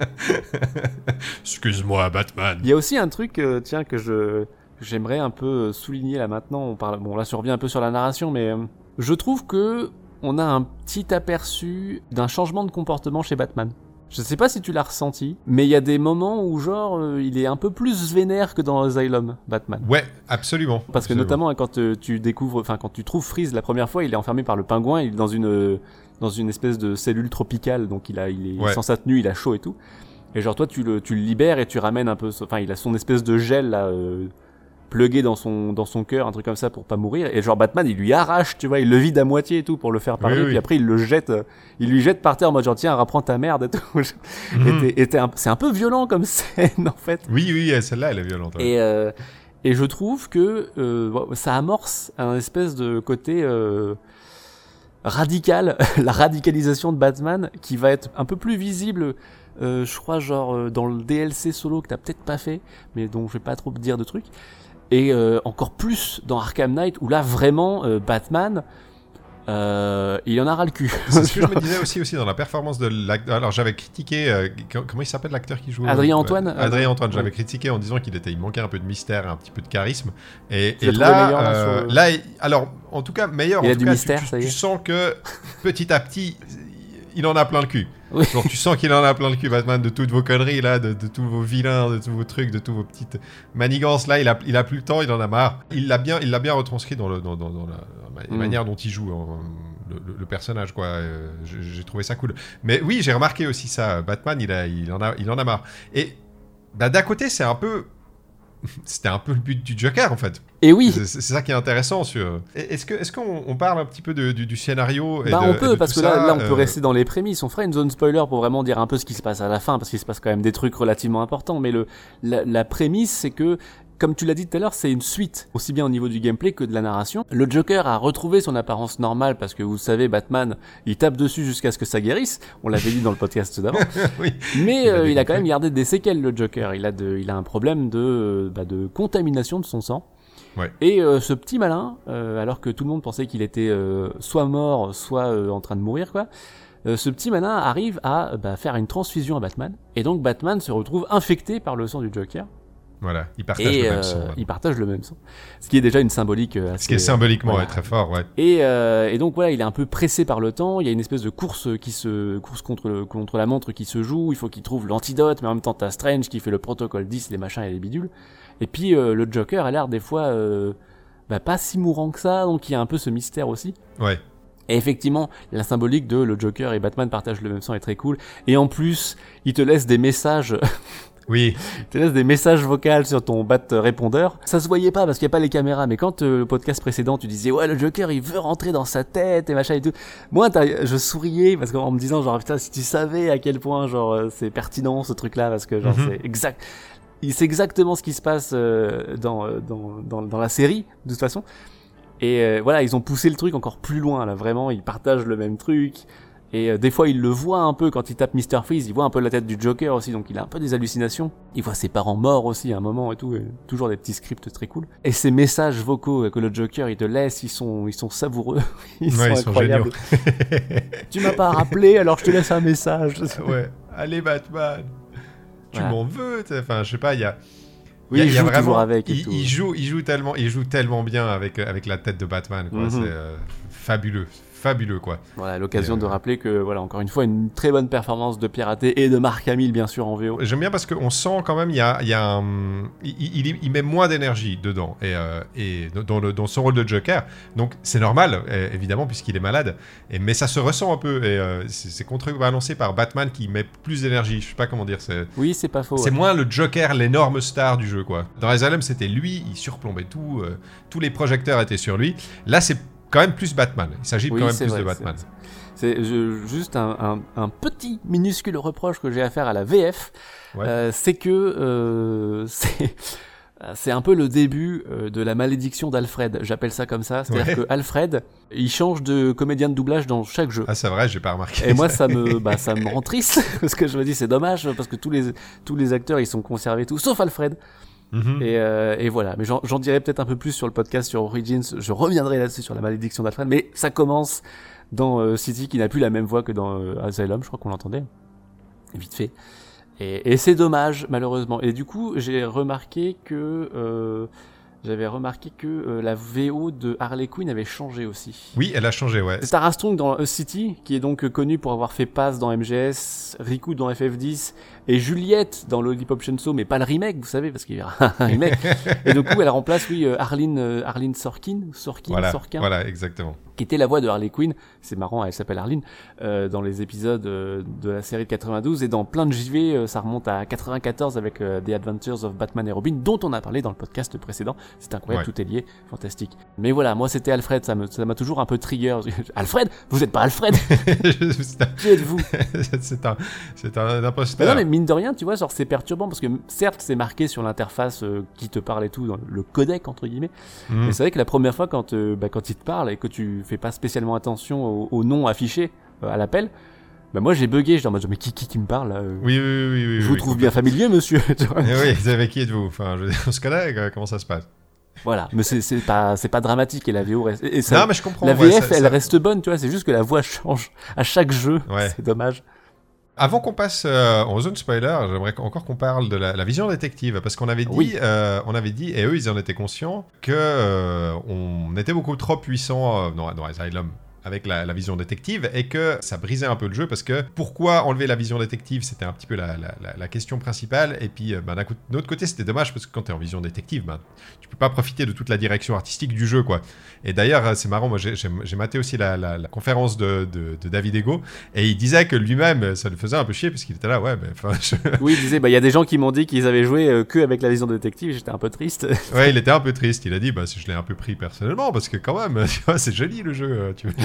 Excuse-moi, Batman. Il y a aussi un truc, que j'aimerais un peu souligner là maintenant. Bon, là, ça revient un peu sur la narration, mais... Je trouve que on a un petit aperçu d'un changement de comportement chez Batman. Je sais pas si tu l'as ressenti, mais il y a des moments où genre il est un peu plus vénère que dans Asylum, Batman. Ouais, absolument. Parce que notamment quand quand tu trouves Freeze la première fois, il est enfermé par le pingouin, il est dans une espèce de cellule tropicale, donc il est sans sa tenue, il a chaud et tout. Et genre toi tu le libères et tu ramènes un peu, il a son espèce de gel là. Plugué dans son cœur, un truc comme ça pour pas mourir, et genre Batman il lui arrache, tu vois, il le vide à moitié et tout pour le faire parler, puis après il lui jette par terre en mode genre tiens, reprends ta merde et tout. C'est un peu violent comme scène en fait. Oui, celle-là elle est violente. Ouais. Et je trouve que ça amorce un espèce de côté radical, la radicalisation de Batman qui va être un peu plus visible. Je crois genre dans le DLC solo que t'as peut-être pas fait, mais dont je vais pas trop dire de trucs. Et encore plus dans Arkham Knight où là vraiment Batman il en a ras le cul. C'est ce que je me disais aussi dans la performance de l'acteur. Alors j'avais critiqué, comment il s'appelle l'acteur qui joue Adrien Antoine. Adrien Antoine, j'avais critiqué en disant il manquait un peu de mystère, un petit peu de charisme. Et là, alors en tout cas meilleur. Il en a tout du cas, mystère, tu ça y est. sens que petit à petit, il en a plein le cul. Oui. Genre, tu sens qu'il en a plein le cul, Batman, de toutes vos conneries là, de tous vos vilains, de tous vos trucs, de tous vos petites manigances là. Il a plus le temps, il en a marre. Il l'a bien retranscrit dans la manière dont il joue le personnage, quoi. J'ai trouvé ça cool. Mais oui, j'ai remarqué aussi ça. Batman, il en a marre. Et d'un côté, c'était un peu le but du Joker, en fait. Et oui. C'est ça qui est intéressant. Est-ce qu'on parle un petit peu du scénario on peut, parce que là, on peut rester dans les prémices. On ferait une zone spoiler pour vraiment dire un peu ce qui se passe à la fin, parce qu'il se passe quand même des trucs relativement importants. Mais la prémisse, c'est que, comme tu l'as dit tout à l'heure, c'est une suite, aussi bien au niveau du gameplay que de la narration. Le Joker a retrouvé son apparence normale, parce que vous savez, Batman, il tape dessus jusqu'à ce que ça guérisse. On l'avait dit dans le podcast d'avant. Oui. Mais il a quand même gardé des séquelles, le Joker. Il a un problème de contamination de son sang. Ouais. Et ce petit malin, alors que tout le monde pensait qu'il était soit mort, soit en train de mourir, quoi. Ce petit malin arrive à faire une transfusion à Batman. Et donc Batman se retrouve infecté par le sang du Joker. Voilà, ils partagent le même sang. Ils partagent le même sang. Ce qui est déjà une symbolique assez... Ce qui est symboliquement très fort, ouais. Et donc voilà, il est un peu pressé par le temps, il y a une espèce de course contre la montre qui se joue, il faut qu'il trouve l'antidote, mais en même temps t'as Strange qui fait le protocole 10, les machins et les bidules. Et puis le Joker a l'air des fois pas si mourant que ça, donc il y a un peu ce mystère aussi. Ouais. Et effectivement, la symbolique de le Joker et Batman partagent le même sang est très cool. Et en plus, il te laisse des messages... Oui. Tu laisses des messages vocaux sur ton bat répondeur. Ça se voyait pas parce qu'il y a pas les caméras, mais quand le podcast précédent tu disais ouais le Joker il veut rentrer dans sa tête et machin et tout. Moi je souriais parce qu'en me disant genre putain si tu savais à quel point genre c'est pertinent ce truc là parce que genre c'est exact. C'est exactement ce qui se passe dans la série de toute façon. Et voilà ils ont poussé le truc encore plus loin là vraiment ils partagent le même truc. Et des fois, il le voit un peu quand il tape Mr. Freeze, il voit un peu la tête du Joker aussi, donc il a un peu des hallucinations. Il voit ses parents morts aussi à un moment et tout, et toujours des petits scripts très cool. Et ces messages vocaux que le Joker il te laisse, ils sont savoureux, ils sont incroyables. Tu m'as pas rappelé, alors je te laisse un message. Ouais, allez Batman, tu m'en veux, enfin je sais pas, il y a... Oui, il joue vraiment avec. Et il joue tellement bien avec la tête de Batman, quoi. C'est fabuleux, quoi. Voilà, l'occasion de rappeler que, voilà, encore une fois, une très bonne performance de Pierre Athé et de Mark Hamill, bien sûr, en VO. J'aime bien parce qu'on sent quand même, il met moins d'énergie dedans, et dans son rôle de Joker. Donc, c'est normal, évidemment, puisqu'il est malade. Mais ça se ressent un peu, et c'est contrebalancé par Batman qui met plus d'énergie. Je sais pas comment dire. Oui, c'est pas faux. C'est moins le Joker, l'énorme star du jeu, quoi. Dans Asylum, c'était lui, il surplombait tout, tous les projecteurs étaient sur lui. Là, c'est quand même plus Batman. Il s'agit quand même plus de Batman. C'est juste un petit minuscule reproche que j'ai à faire à la VF. Ouais. C'est que c'est un peu le début de la malédiction d'Alfred. J'appelle ça comme ça. C'est-à-dire que Alfred, il change de comédien de doublage dans chaque jeu. Ah, c'est vrai, j'ai pas remarqué. Et moi, ça me rend triste parce que je me dis c'est dommage parce que tous les acteurs ils sont conservés tout, sauf Alfred. Et voilà, mais j'en dirai peut-être un peu plus sur le podcast sur Origins, je reviendrai là-dessus sur la malédiction d'Alfred, mais ça commence dans City qui n'a plus la même voix que dans Asylum, je crois qu'on l'entendait, vite fait, et c'est dommage malheureusement, et du coup j'avais remarqué que la VO de Harley Quinn avait changé aussi. Oui, elle a changé, ouais. C'est Tara Strong dans City, qui est donc connue pour avoir fait Paz dans MGS, Riku dans FF10, et Juliette dans Lollipop Chainsaw, mais pas le remake, vous savez, parce qu'il y aura un remake. Et du coup, elle remplace, Arlene Sorkin. Voilà, exactement. Qui était la voix de Harley Quinn. C'est marrant, elle s'appelle Arlene, dans les épisodes de la série de 92, et dans plein de JV, ça remonte à 94 avec The Adventures of Batman et Robin, dont on a parlé dans le podcast précédent. C'est incroyable, tout est lié, fantastique. Mais voilà, moi c'était Alfred, ça m'a toujours un peu trigger. Alfred, vous êtes pas Alfred. Qui êtes-vous? C'est un imposteur. Non mais mine de rien, tu vois, genre c'est perturbant parce que certes c'est marqué sur l'interface qui te parle et tout, dans le codec entre guillemets. Mais c'est vrai que la première fois quand il te parle et que tu fais pas spécialement attention au nom affiché à l'appel. Moi j'ai bugué, je dis en mode mais qui me parle là Oui. Je vous trouve bien familier, monsieur. Oui, avec qui êtes-vous? Enfin, on se connaît, comment ça se passe? Voilà, mais c'est pas dramatique et la VO reste. Et non, mais je comprends. La VF, elle reste bonne, tu vois. C'est juste que la voix change à chaque jeu. Ouais. C'est dommage. Avant qu'on passe en zone spoiler, j'aimerais encore qu'on parle de la vision détective, parce qu'on avait dit, et eux ils en étaient conscients, que on était beaucoup trop puissant dans Asylum avec la vision détective, et que ça brisait un peu le jeu, parce que pourquoi enlever la vision détective, c'était un petit peu la question principale, et puis d'un autre côté c'était dommage, parce que quand t'es en vision détective, tu peux pas profiter de toute la direction artistique du jeu, quoi. Et d'ailleurs c'est marrant, moi j'ai maté aussi la conférence de David Ego, et il disait que lui-même ça le faisait un peu chier, parce qu'il était là, oui, il disait, il y a des gens qui m'ont dit qu'ils avaient joué que avec la vision détective, j'étais un peu triste. Ouais, il était un peu triste, il a dit, je l'ai un peu pris personnellement, parce que quand même, tu vois, c'est joli le jeu, tu vois.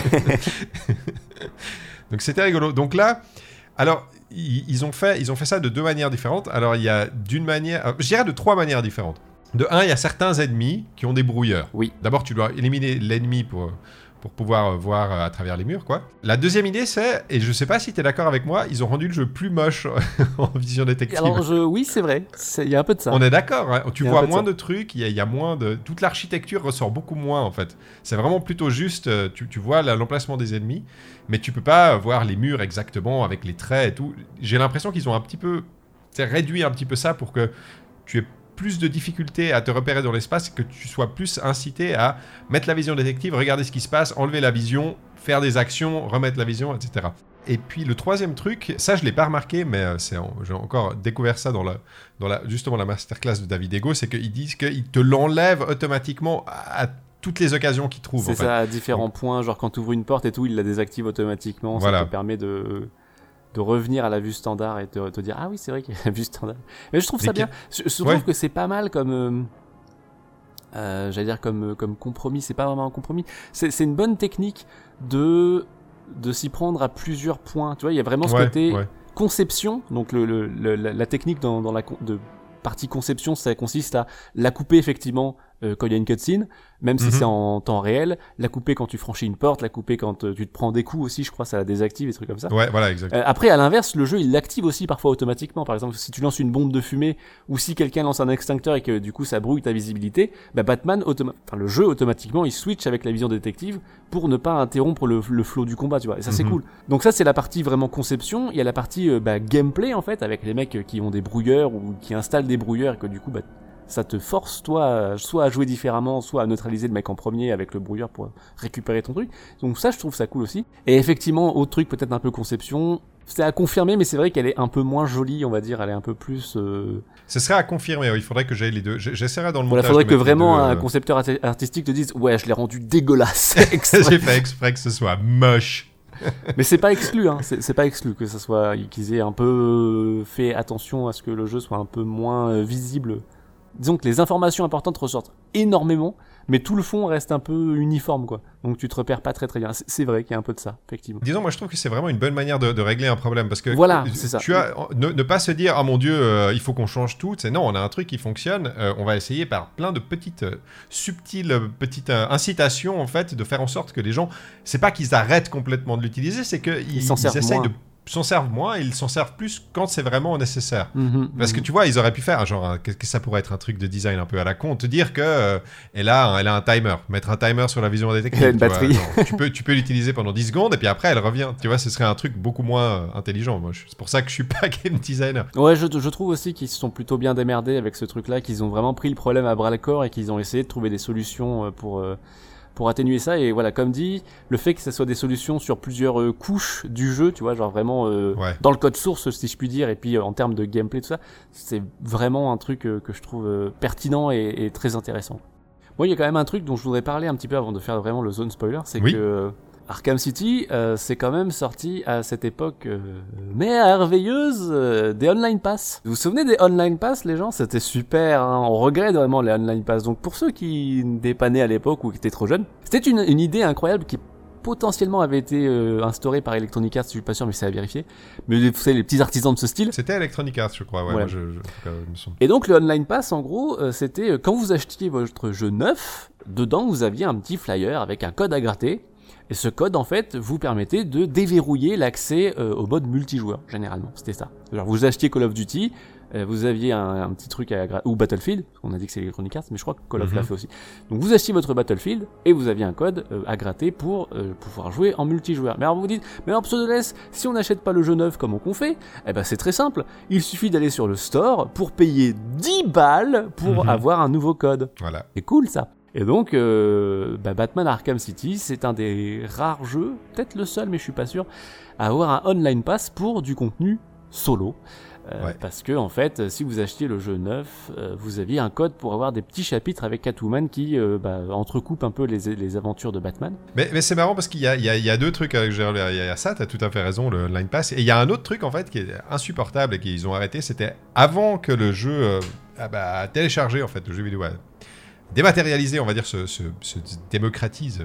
Donc c'était rigolo. Donc là, alors ils ont fait ça de deux manières différentes. Alors il y a je dirais de trois manières différentes. De un, il y a certains ennemis qui ont des brouilleurs. Oui. D'abord, tu dois éliminer l'ennemi pour pouvoir voir à travers les murs, quoi. La deuxième idée, c'est, et je sais pas si tu es d'accord avec moi, ils ont rendu le jeu plus moche en vision détective. Alors oui, c'est vrai, il y a un peu de ça. On est d'accord, hein. Tu vois moins de trucs, il y a moins de... Toute l'architecture ressort beaucoup moins, en fait. C'est vraiment plutôt juste, tu vois l'emplacement des ennemis, mais tu peux pas voir les murs exactement avec les traits et tout. J'ai l'impression qu'ils ont un petit peu réduit un petit peu ça pour que tu aies plus de difficultés à te repérer dans l'espace, que tu sois plus incité à mettre la vision détective, regarder ce qui se passe, enlever la vision, faire des actions, remettre la vision, etc. Et puis le troisième truc, ça je l'ai pas remarqué, mais j'ai encore découvert ça dans justement la masterclass de David Ego, c'est qu'ils disent qu'ils te l'enlèvent automatiquement à toutes les occasions qu'ils trouvent. C'est ça, à différents points, genre quand tu ouvres une porte et tout, il la désactive automatiquement, voilà. Ça te permet de revenir à la vue standard et te dire ah oui c'est vrai qu'il y a la vue standard, mais je trouve ça bien. Je trouve que c'est pas mal comme j'allais dire comme compromis. C'est pas vraiment un compromis, c'est une bonne technique de s'y prendre à plusieurs points, tu vois. Il y a vraiment ce côté conception, donc la technique dans la partie conception, ça consiste à la couper effectivement quand il y a une cutscene, même si c'est en temps réel, la couper quand tu franchis une porte, la couper quand tu te prends des coups aussi, je crois ça la désactive, des trucs comme ça. Ouais, voilà, exactement. Après, à l'inverse, le jeu il l'active aussi parfois automatiquement. Par exemple, si tu lances une bombe de fumée ou si quelqu'un lance un extincteur et que du coup ça brouille ta visibilité, le jeu automatiquement il switch avec la vision détective pour ne pas interrompre le flow du combat, tu vois. Et ça c'est cool. Donc ça c'est la partie vraiment conception. Il y a la partie gameplay en fait, avec les mecs qui ont des brouilleurs ou qui installent des brouilleurs et que du coup ça te force, toi, soit à jouer différemment, soit à neutraliser le mec en premier avec le brouilleur pour récupérer ton truc. Donc ça, je trouve ça cool aussi. Et effectivement, autre truc, peut-être un peu conception, c'est à confirmer, mais c'est vrai qu'elle est un peu moins jolie, on va dire. Elle est un peu plus... Ce serait à confirmer, il faudrait que j'aille les deux. J'essaierai dans le montage. Il faudrait que vraiment un concepteur artistique te dise « Ouais, je l'ai rendu dégueulasse. » J'ai fait exprès que ce soit moche. Mais c'est pas exclu, hein. C'est pas exclu que ça soit... qu'ils aient un peu fait attention à ce que le jeu soit un peu moins visible. Disons que les informations importantes ressortent énormément, mais tout le fond reste un peu uniforme, quoi. Donc tu te repères pas très très bien. C'est vrai qu'il y a un peu de ça, effectivement. Disons, moi je trouve que c'est vraiment une bonne manière de régler un problème, parce que voilà, c'est ça. Tu as ne pas se dire ah mon Dieu, il faut qu'on change tout. C'est non, on a un truc qui fonctionne. On va essayer par plein de petites subtiles incitations en fait de faire en sorte que les gens, c'est pas qu'ils arrêtent complètement de l'utiliser, c'est qu'ils essayent de s'en servent moins, ils s'en servent plus quand c'est vraiment nécessaire. Parce que tu vois, ils auraient pu faire qu'est-ce que ça pourrait être un truc de design un peu à la con, te dire que elle a un timer, mettre un timer sur la vision détective. Une batterie. Tu peux l'utiliser pendant 10 secondes et puis après elle revient. Tu vois, ce serait un truc beaucoup moins intelligent. Moi, c'est pour ça que je suis pas game designer. Ouais, je trouve aussi qu'ils se sont plutôt bien démerdés avec ce truc-là, qu'ils ont vraiment pris le problème à bras le corps et qu'ils ont essayé de trouver des solutions pour atténuer ça. Et voilà, comme dit, le fait que ça soit des solutions sur plusieurs couches du jeu, tu vois, genre vraiment dans le code source, si je puis dire, et puis en termes de gameplay, tout ça, c'est vraiment un truc que je trouve pertinent et très intéressant. Moi, il y a quand même un truc dont je voudrais parler un petit peu avant de faire vraiment le zone spoiler, c'est que Arkham City, c'est quand même sorti à cette époque merveilleuse des Online Pass. Vous vous souvenez des Online Pass, les gens? C'était super, hein. On regrette vraiment les Online Pass. Donc pour ceux qui n'étaient pas nés à l'époque ou qui étaient trop jeunes, c'était une idée incroyable qui potentiellement avait été instaurée par Electronic Arts, je suis pas sûr, mais c'est à vérifier. Mais vous savez, les petits artisans de ce style. C'était Electronic Arts, je crois, ouais. Moi, me semble. Et donc le Online Pass, en gros, c'était quand vous achetiez votre jeu neuf, dedans vous aviez un petit flyer avec un code à gratter. Et ce code, en fait, vous permettait de déverrouiller l'accès au mode multijoueur, généralement. C'était ça. Alors, vous achetiez Call of Duty, vous aviez un petit truc ou Battlefield, on a dit que c'est Electronic Arts, mais je crois que Call of l'a fait aussi. Donc vous achetiez votre Battlefield et vous aviez un code à gratter pour pouvoir jouer en multijoueur. Mais alors vous vous dites, mais alors Pseudoless, si on n'achète pas le jeu neuf comme on fait, eh ben c'est très simple, il suffit d'aller sur le store pour payer 10 balles pour avoir un nouveau code. Voilà. C'est cool ça. Et donc, Batman Arkham City, c'est un des rares jeux, peut-être le seul, mais je suis pas sûr, à avoir un online pass pour du contenu solo. Parce que, en fait, si vous achetiez le jeu neuf, vous aviez un code pour avoir des petits chapitres avec Catwoman qui entrecoupent un peu les aventures de Batman. Mais c'est marrant parce qu'il y a deux trucs. Il y a ça, t'as tout à fait raison, le online pass. Et il y a un autre truc, en fait, qui est insupportable et qu'ils ont arrêté. C'était avant que le jeu téléchargé, en fait, le jeu vidéo dématérialisé, on va dire, se démocratise.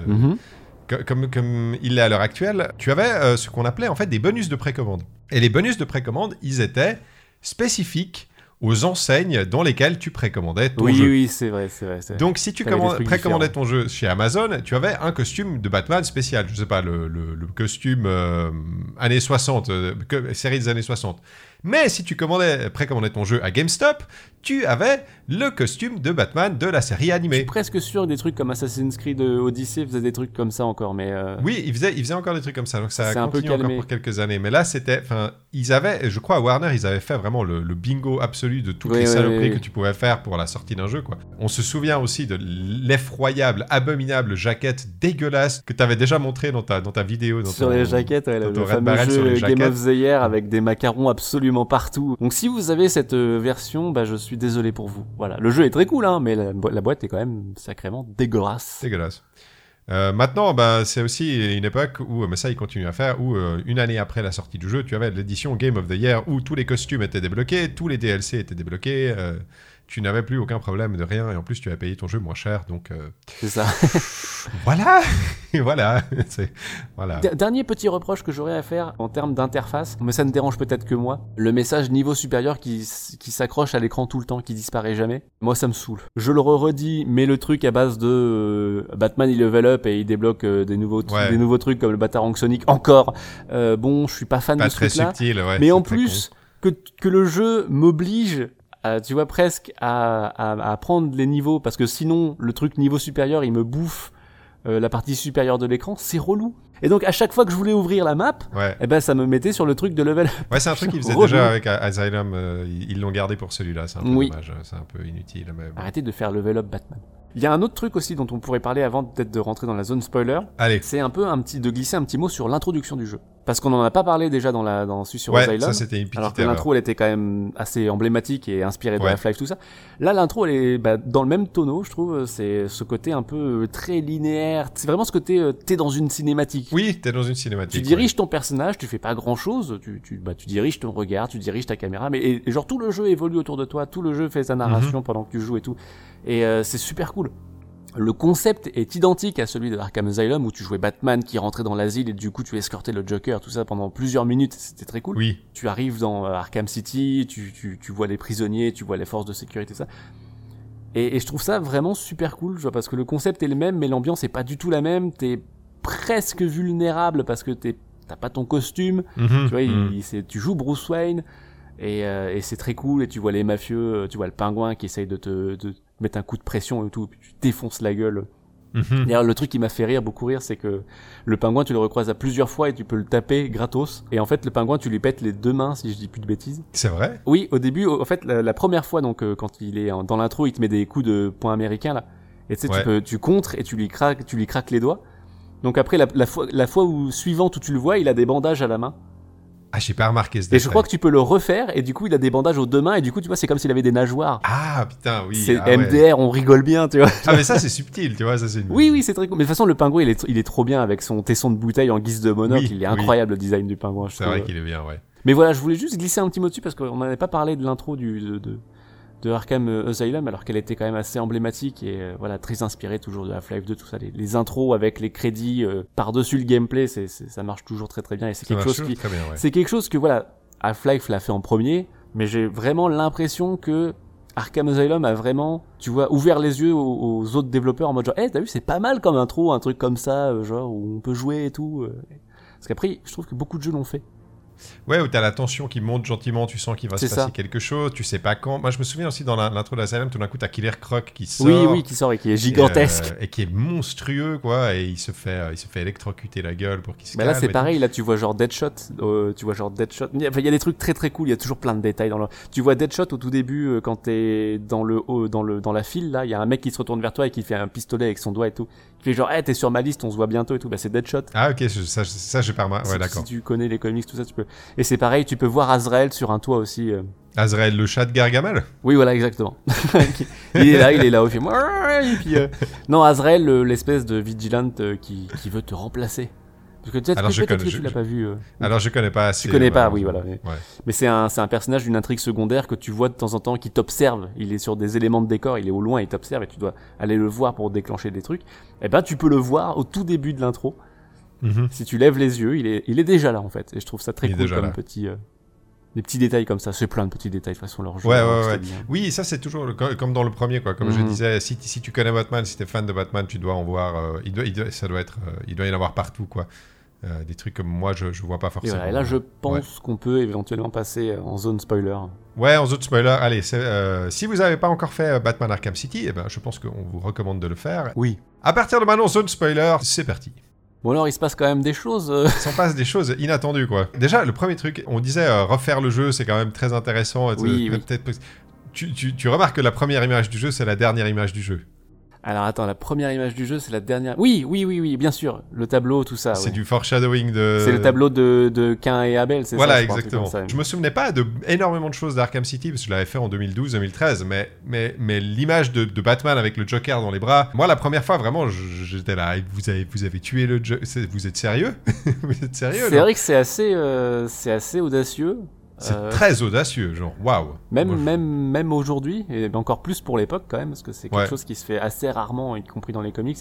Comme il l'est à l'heure actuelle, tu avais ce qu'on appelait en fait des bonus de précommande. Et les bonus de précommande, ils étaient spécifiques aux enseignes dans lesquelles tu précommandais ton jeu. Oui, c'est vrai. Donc si tu précommandais ton jeu chez Amazon, tu avais un costume de Batman spécial. Je sais pas, le costume années 60, série des années 60. Mais si tu précommandais ton jeu à GameStop, tu avais le costume de Batman de la série animée. Je suis presque sûr que des trucs comme Assassin's Creed Odyssey faisaient des trucs comme ça encore, mais... Oui, ils faisaient encore des trucs comme ça, donc ça a continué encore pour quelques années. Mais là, ils avaient, je crois à Warner, ils avaient fait vraiment le bingo absolu de toutes les saloperies que tu pouvais faire pour la sortie d'un jeu, quoi. On se souvient aussi de l'effroyable, abominable jaquette dégueulasse que tu avais déjà montré dans ta vidéo. Sur les jaquettes, le fameux jeu Game of the Year avec des macarons absolument partout. Donc si vous avez cette version, je suis désolé pour vous. Voilà, le jeu est très cool, hein, mais la boîte est quand même sacrément dégueulasse. Maintenant, c'est aussi une époque où, mais ça ils continuent à faire, où une année après la sortie du jeu, tu avais l'édition Game of the Year où tous les costumes étaient débloqués, tous les DLC étaient débloqués, tu n'avais plus aucun problème de rien, et en plus tu avais payé ton jeu moins cher, donc... C'est ça. Voilà. Dernier petit reproche que j'aurais à faire en termes d'interface, mais ça ne dérange peut-être que moi, le message niveau supérieur qui s'accroche à l'écran tout le temps, qui disparaît jamais, moi ça me saoule. Je le redis, mais le truc à base de Batman il level up et il débloque des nouveaux trucs comme le Batarang Sonic, encore, je suis pas fan de ce truc-là, subtil, mais en plus que le jeu m'oblige tu vois, presque à prendre les niveaux, parce que sinon le truc niveau supérieur il me bouffe la partie supérieure de l'écran, c'est relou. Et donc à chaque fois que je voulais ouvrir la map, ça me mettait sur le truc de level up. Ouais, c'est un truc qu'ils faisaient déjà avec Asylum, ils l'ont gardé pour celui-là, c'est un peu dommage, c'est un peu inutile. Mais bon. Arrêtez de faire level up Batman. Il y a un autre truc aussi dont on pourrait parler avant peut-être de rentrer dans la zone spoiler. Allez. C'est un peu de glisser un petit mot sur l'introduction du jeu. Parce qu'on en a pas parlé déjà dans celui sur Asylum. Ça c'était une petite alors que l'intro elle était quand même assez emblématique et inspirée de Half-Life, tout ça. Là l'intro elle est dans le même tonneau, je trouve. C'est ce côté un peu très linéaire. C'est vraiment ce côté t'es dans une cinématique. Oui, t'es dans une cinématique. Tu diriges ton personnage, tu fais pas grand chose. Tu diriges ton regard, tu diriges ta caméra, mais et genre tout le jeu évolue autour de toi, tout le jeu fait sa narration pendant que tu joues et tout. Et c'est super cool. Le concept est identique à celui de Arkham Asylum où tu jouais Batman qui rentrait dans l'asile et du coup tu escortais le Joker, tout ça pendant plusieurs minutes, c'était très cool. Oui. Tu arrives dans Arkham City, tu vois les prisonniers, tu vois les forces de sécurité, ça. Et je trouve ça vraiment super cool, parce que le concept est le même mais l'ambiance est pas du tout la même, t'es presque vulnérable parce que t'as pas ton costume, tu vois, tu joues Bruce Wayne et c'est très cool et tu vois les mafieux, tu vois le pingouin qui essaye de te mettre un coup de pression et tout, puis tu défonces la gueule. D'ailleurs, le truc qui m'a fait beaucoup rire, c'est que le pingouin, tu le recroises à plusieurs fois et tu peux le taper gratos. Et en fait, le pingouin, tu lui pètes les deux mains, si je dis plus de bêtises. C'est vrai? Oui, au début, en fait, la première fois, donc, quand il est dans l'intro, il te met des coups de poing américain, là. Et tu sais, tu contres et tu lui craques les doigts. Donc après, la fois suivante où tu le vois, il a des bandages à la main. Ah, j'ai pas remarqué ce détail. Et je crois que tu peux le refaire, et du coup, il a des bandages aux deux mains, et du coup, tu vois, c'est comme s'il avait des nageoires. Ah, putain, oui. C'est MDR, on rigole bien, tu vois. Ah, mais ça, c'est subtil, tu vois, ça, c'est une... Oui, c'est très cool. Mais de toute façon, le pingouin, il est trop bien avec son tesson de bouteille en guise de monocle. Il est incroyable, le design du pingouin, je trouve. C'est vrai qu'il est bien, ouais. Mais voilà, je voulais juste glisser un petit mot dessus, parce qu'on n'avait pas parlé de l'intro de Arkham Asylum, alors qu'elle était quand même assez emblématique et très inspirée toujours de Half-Life 2, tout ça, les intros avec les crédits par-dessus le gameplay, ça marche toujours très très bien, et c'est quelque chose que Half-Life l'a fait en premier, mais j'ai vraiment l'impression que Arkham Asylum a vraiment, tu vois, ouvert les yeux aux autres développeurs en mode genre, t'as vu, c'est pas mal comme intro, un truc comme ça, genre où on peut jouer et tout. Parce qu'après, je trouve que beaucoup de jeux l'ont fait. Ouais, où t'as la tension qui monte gentiment, tu sens qu'il va se passer ça. quelque chose, tu sais pas quand. Moi, je me souviens aussi dans l'intro de l'Asylum, tout d'un coup, t'as Killer Croc qui sort. Oui, qui sort et qui est gigantesque. Et qui est monstrueux, quoi, et il se fait électrocuter la gueule pour qu'il se calme. Là, c'est pareil, là, tu vois genre Deadshot. Il y a des trucs très très cool, il y a toujours plein de détails dans le. Tu vois Deadshot au tout début, quand t'es dans la file, là, il y a un mec qui se retourne vers toi et qui fait un pistolet avec son doigt et tout. Qui fait genre, hey, t'es sur ma liste, on se voit bientôt et tout. Bah, c'est Deadshot. Ah, ok, ça j'ai pas remarqué. Ouais, d'accord. Si tu connais les comics, tout ça, tu peux. Et c'est pareil, tu peux voir Azrael sur un toit aussi. Azrael, le chat de Gargamel. Oui, voilà, exactement. il est là, au film. Et puis, non, Azrael, l'espèce de vigilante qui veut te remplacer. Parce que peut-être que tu l'as pas vu. Alors je connais pas assez. Tu connais pas, oui, voilà. Ouais. Mais c'est un personnage d'une intrigue secondaire que tu vois de temps en temps, qui t'observe. Il est sur des éléments de décor, il est au loin, il t'observe et tu dois aller le voir pour déclencher des trucs. Et ben, tu peux le voir au tout début de l'intro. Mm-hmm. Si tu lèves les yeux, il est déjà là en fait. Et je trouve ça très cool comme petit. Des petits détails comme ça, c'est plein de petits détails de toute façon leur jeu. Ouais. Oui, ça c'est toujours comme dans le premier quoi. Comme je disais, si tu connais Batman, si t'es fan de Batman, tu dois en voir. Il doit y en avoir partout quoi. Des trucs comme moi je vois pas forcément. Et là je pense qu'on peut éventuellement passer en zone spoiler. Ouais, en zone spoiler. Allez, si vous n'avez pas encore fait Batman Arkham City, je pense qu'on vous recommande de le faire. Oui. À partir de maintenant, zone spoiler, c'est parti. Bon alors il se passe quand même des choses. Il s'en passe des choses inattendues quoi. Déjà le premier truc, on disait refaire le jeu, c'est quand même très intéressant. Oui. Tu remarques que la première image du jeu, c'est la dernière image du jeu. Alors attends, la première image du jeu, c'est la dernière. Oui, bien sûr, le tableau, tout ça. C'est du foreshadowing de. C'est le tableau de Cain et Abel, c'est voilà, ça. Voilà, exactement. Je me souvenais pas de énormément de choses d'Arkham City parce que je l'avais fait en 2012-2013, mais l'image de Batman avec le Joker dans les bras. Moi, la première fois, vraiment, j'étais là. Vous avez tué le Joker. Vous êtes sérieux? Vous êtes sérieux? C'est vrai que c'est assez audacieux. C'est très audacieux, genre waouh. Même aujourd'hui, et encore plus pour l'époque quand même, parce que c'est quelque chose qui se fait assez rarement, y compris dans les comics.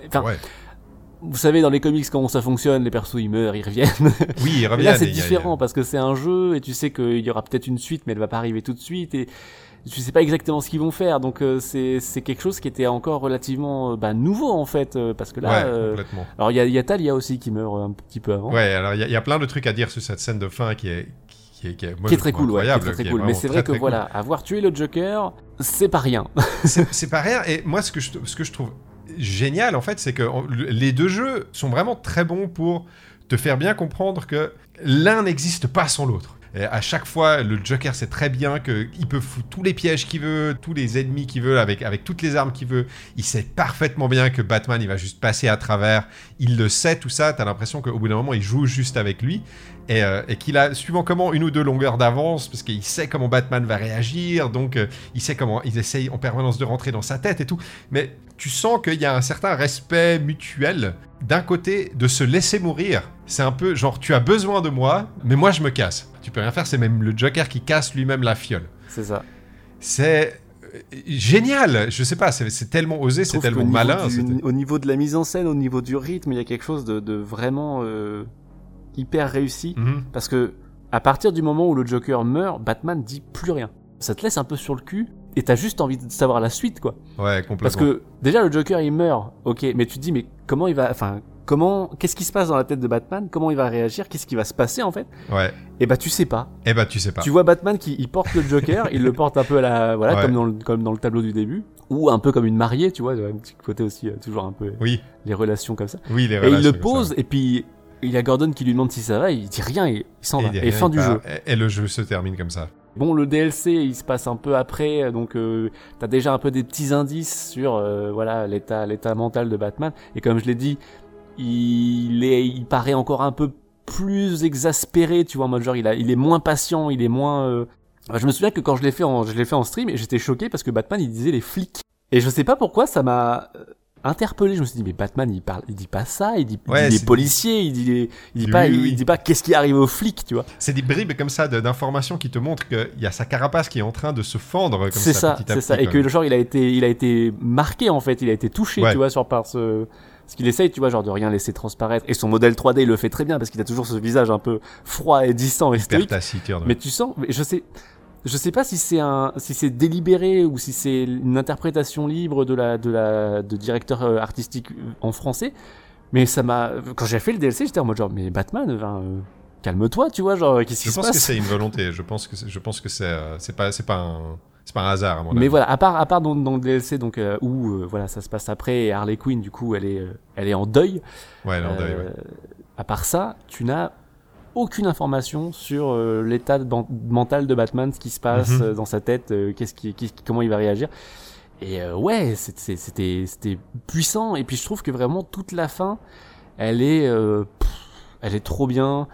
Vous savez, dans les comics, comment ça fonctionne, les persos ils meurent, ils reviennent. Oui, ils reviennent. Et là, c'est différent parce que c'est un jeu et tu sais qu'il y aura peut-être une suite, mais elle va pas arriver tout de suite et tu sais pas exactement ce qu'ils vont faire. Donc c'est quelque chose qui était encore relativement nouveau en fait, parce que là. Complètement. Alors il y a Talia aussi qui meurt un petit peu avant. Ouais, alors il y a plein de trucs à dire sur cette scène de fin qui est très cool, très cool. Mais c'est vrai que voilà, avoir tué le Joker, c'est pas rien. c'est pas rien. Et moi, ce que je trouve génial, en fait, c'est que les deux jeux sont vraiment très bons pour te faire bien comprendre que l'un n'existe pas sans l'autre. Et à chaque fois, le Joker sait très bien qu'il peut foutre tous les pièges qu'il veut, tous les ennemis qu'il veut, avec toutes les armes qu'il veut. Il sait parfaitement bien que Batman, il va juste passer à travers. Il le sait, tout ça. T'as l'impression qu'au bout d'un moment, il joue juste avec lui. Et qu'il a, suivant comment, une ou deux longueurs d'avance, parce qu'il sait comment Batman va réagir. Donc, il sait comment il essaye en permanence de rentrer dans sa tête et tout. Mais tu sens qu'il y a un certain respect mutuel. D'un côté, de se laisser mourir. C'est un peu genre, tu as besoin de moi, mais moi, je me casse. Tu peux rien faire, c'est même le Joker qui casse lui-même la fiole. C'est ça. C'est génial. Je sais pas, c'est tellement osé, c'est tellement malin. Au niveau de la mise en scène, au niveau du rythme, il y a quelque chose de vraiment hyper réussi. Parce que à partir du moment où le Joker meurt, Batman dit plus rien. Ça te laisse un peu sur le cul. Et t'as juste envie de savoir la suite, quoi. Ouais, complètement. Parce que, déjà, le Joker, il meurt. Ok, mais tu te dis, mais comment il va... Enfin, qu'est-ce qui se passe dans la tête de Batman? Comment il va réagir? Qu'est-ce qui va se passer, en fait? Ouais. Et tu sais pas. Tu sais pas. Tu vois Batman il porte le Joker, il le porte un peu à la... Voilà, comme dans le tableau du début. Ou un peu comme une mariée, tu vois. Un petit côté aussi, toujours un peu... Oui. Les relations comme ça. Oui, les relations. Et il le pose, et puis... Il y a Gordon qui lui demande si ça va, il dit rien, et il s'en va. Et fin du jeu. Et le jeu se termine comme ça. Bon, le DLC, il se passe un peu après, donc t'as déjà un peu des petits indices sur l'état mental de Batman. Et comme je l'ai dit, il paraît encore un peu plus exaspéré, tu vois, en mode genre il est moins patient, il est moins. Je me souviens que quand je l'ai fait en stream, et j'étais choqué parce que Batman il disait les flics. Et je sais pas pourquoi ça m'a interpellé. Je me suis dit mais Batman il dit pas ça, il dit les policiers, il dit pas qu'est-ce qui arrive aux flics, tu vois. C'est des bribes comme ça d'informations qui te montrent qu'il y a sa carapace qui est en train de se fendre comme c'est ça petit à petit. C'est ça, et que le genre il a été marqué en fait, il a été touché, tu vois, par ce qu'il essaye, tu vois, genre de rien laisser transparaître. Et son modèle 3D il le fait très bien parce qu'il a toujours ce visage un peu froid et distant et stoïque. Mais tu sens, je sais pas si c'est délibéré ou si c'est une interprétation libre de directeur artistique en français, mais quand j'ai fait le DLC, j'étais en mode genre, mais Batman, calme-toi, tu vois, genre, qu'est-ce qui se passe? Je pense que c'est une volonté. Je pense que c'est pas un hasard, à mon avis. Mais voilà, à part dans le DLC, donc, où, voilà, ça se passe après, et Harley Quinn, du coup, elle est en deuil. Ouais, elle est en deuil, ouais. À part ça, tu n'as aucune information sur l'état mental de Batman, ce qui se passe dans sa tête, comment il va réagir. Et ouais, c'était puissant. Et puis je trouve que vraiment toute la fin, elle est trop bien.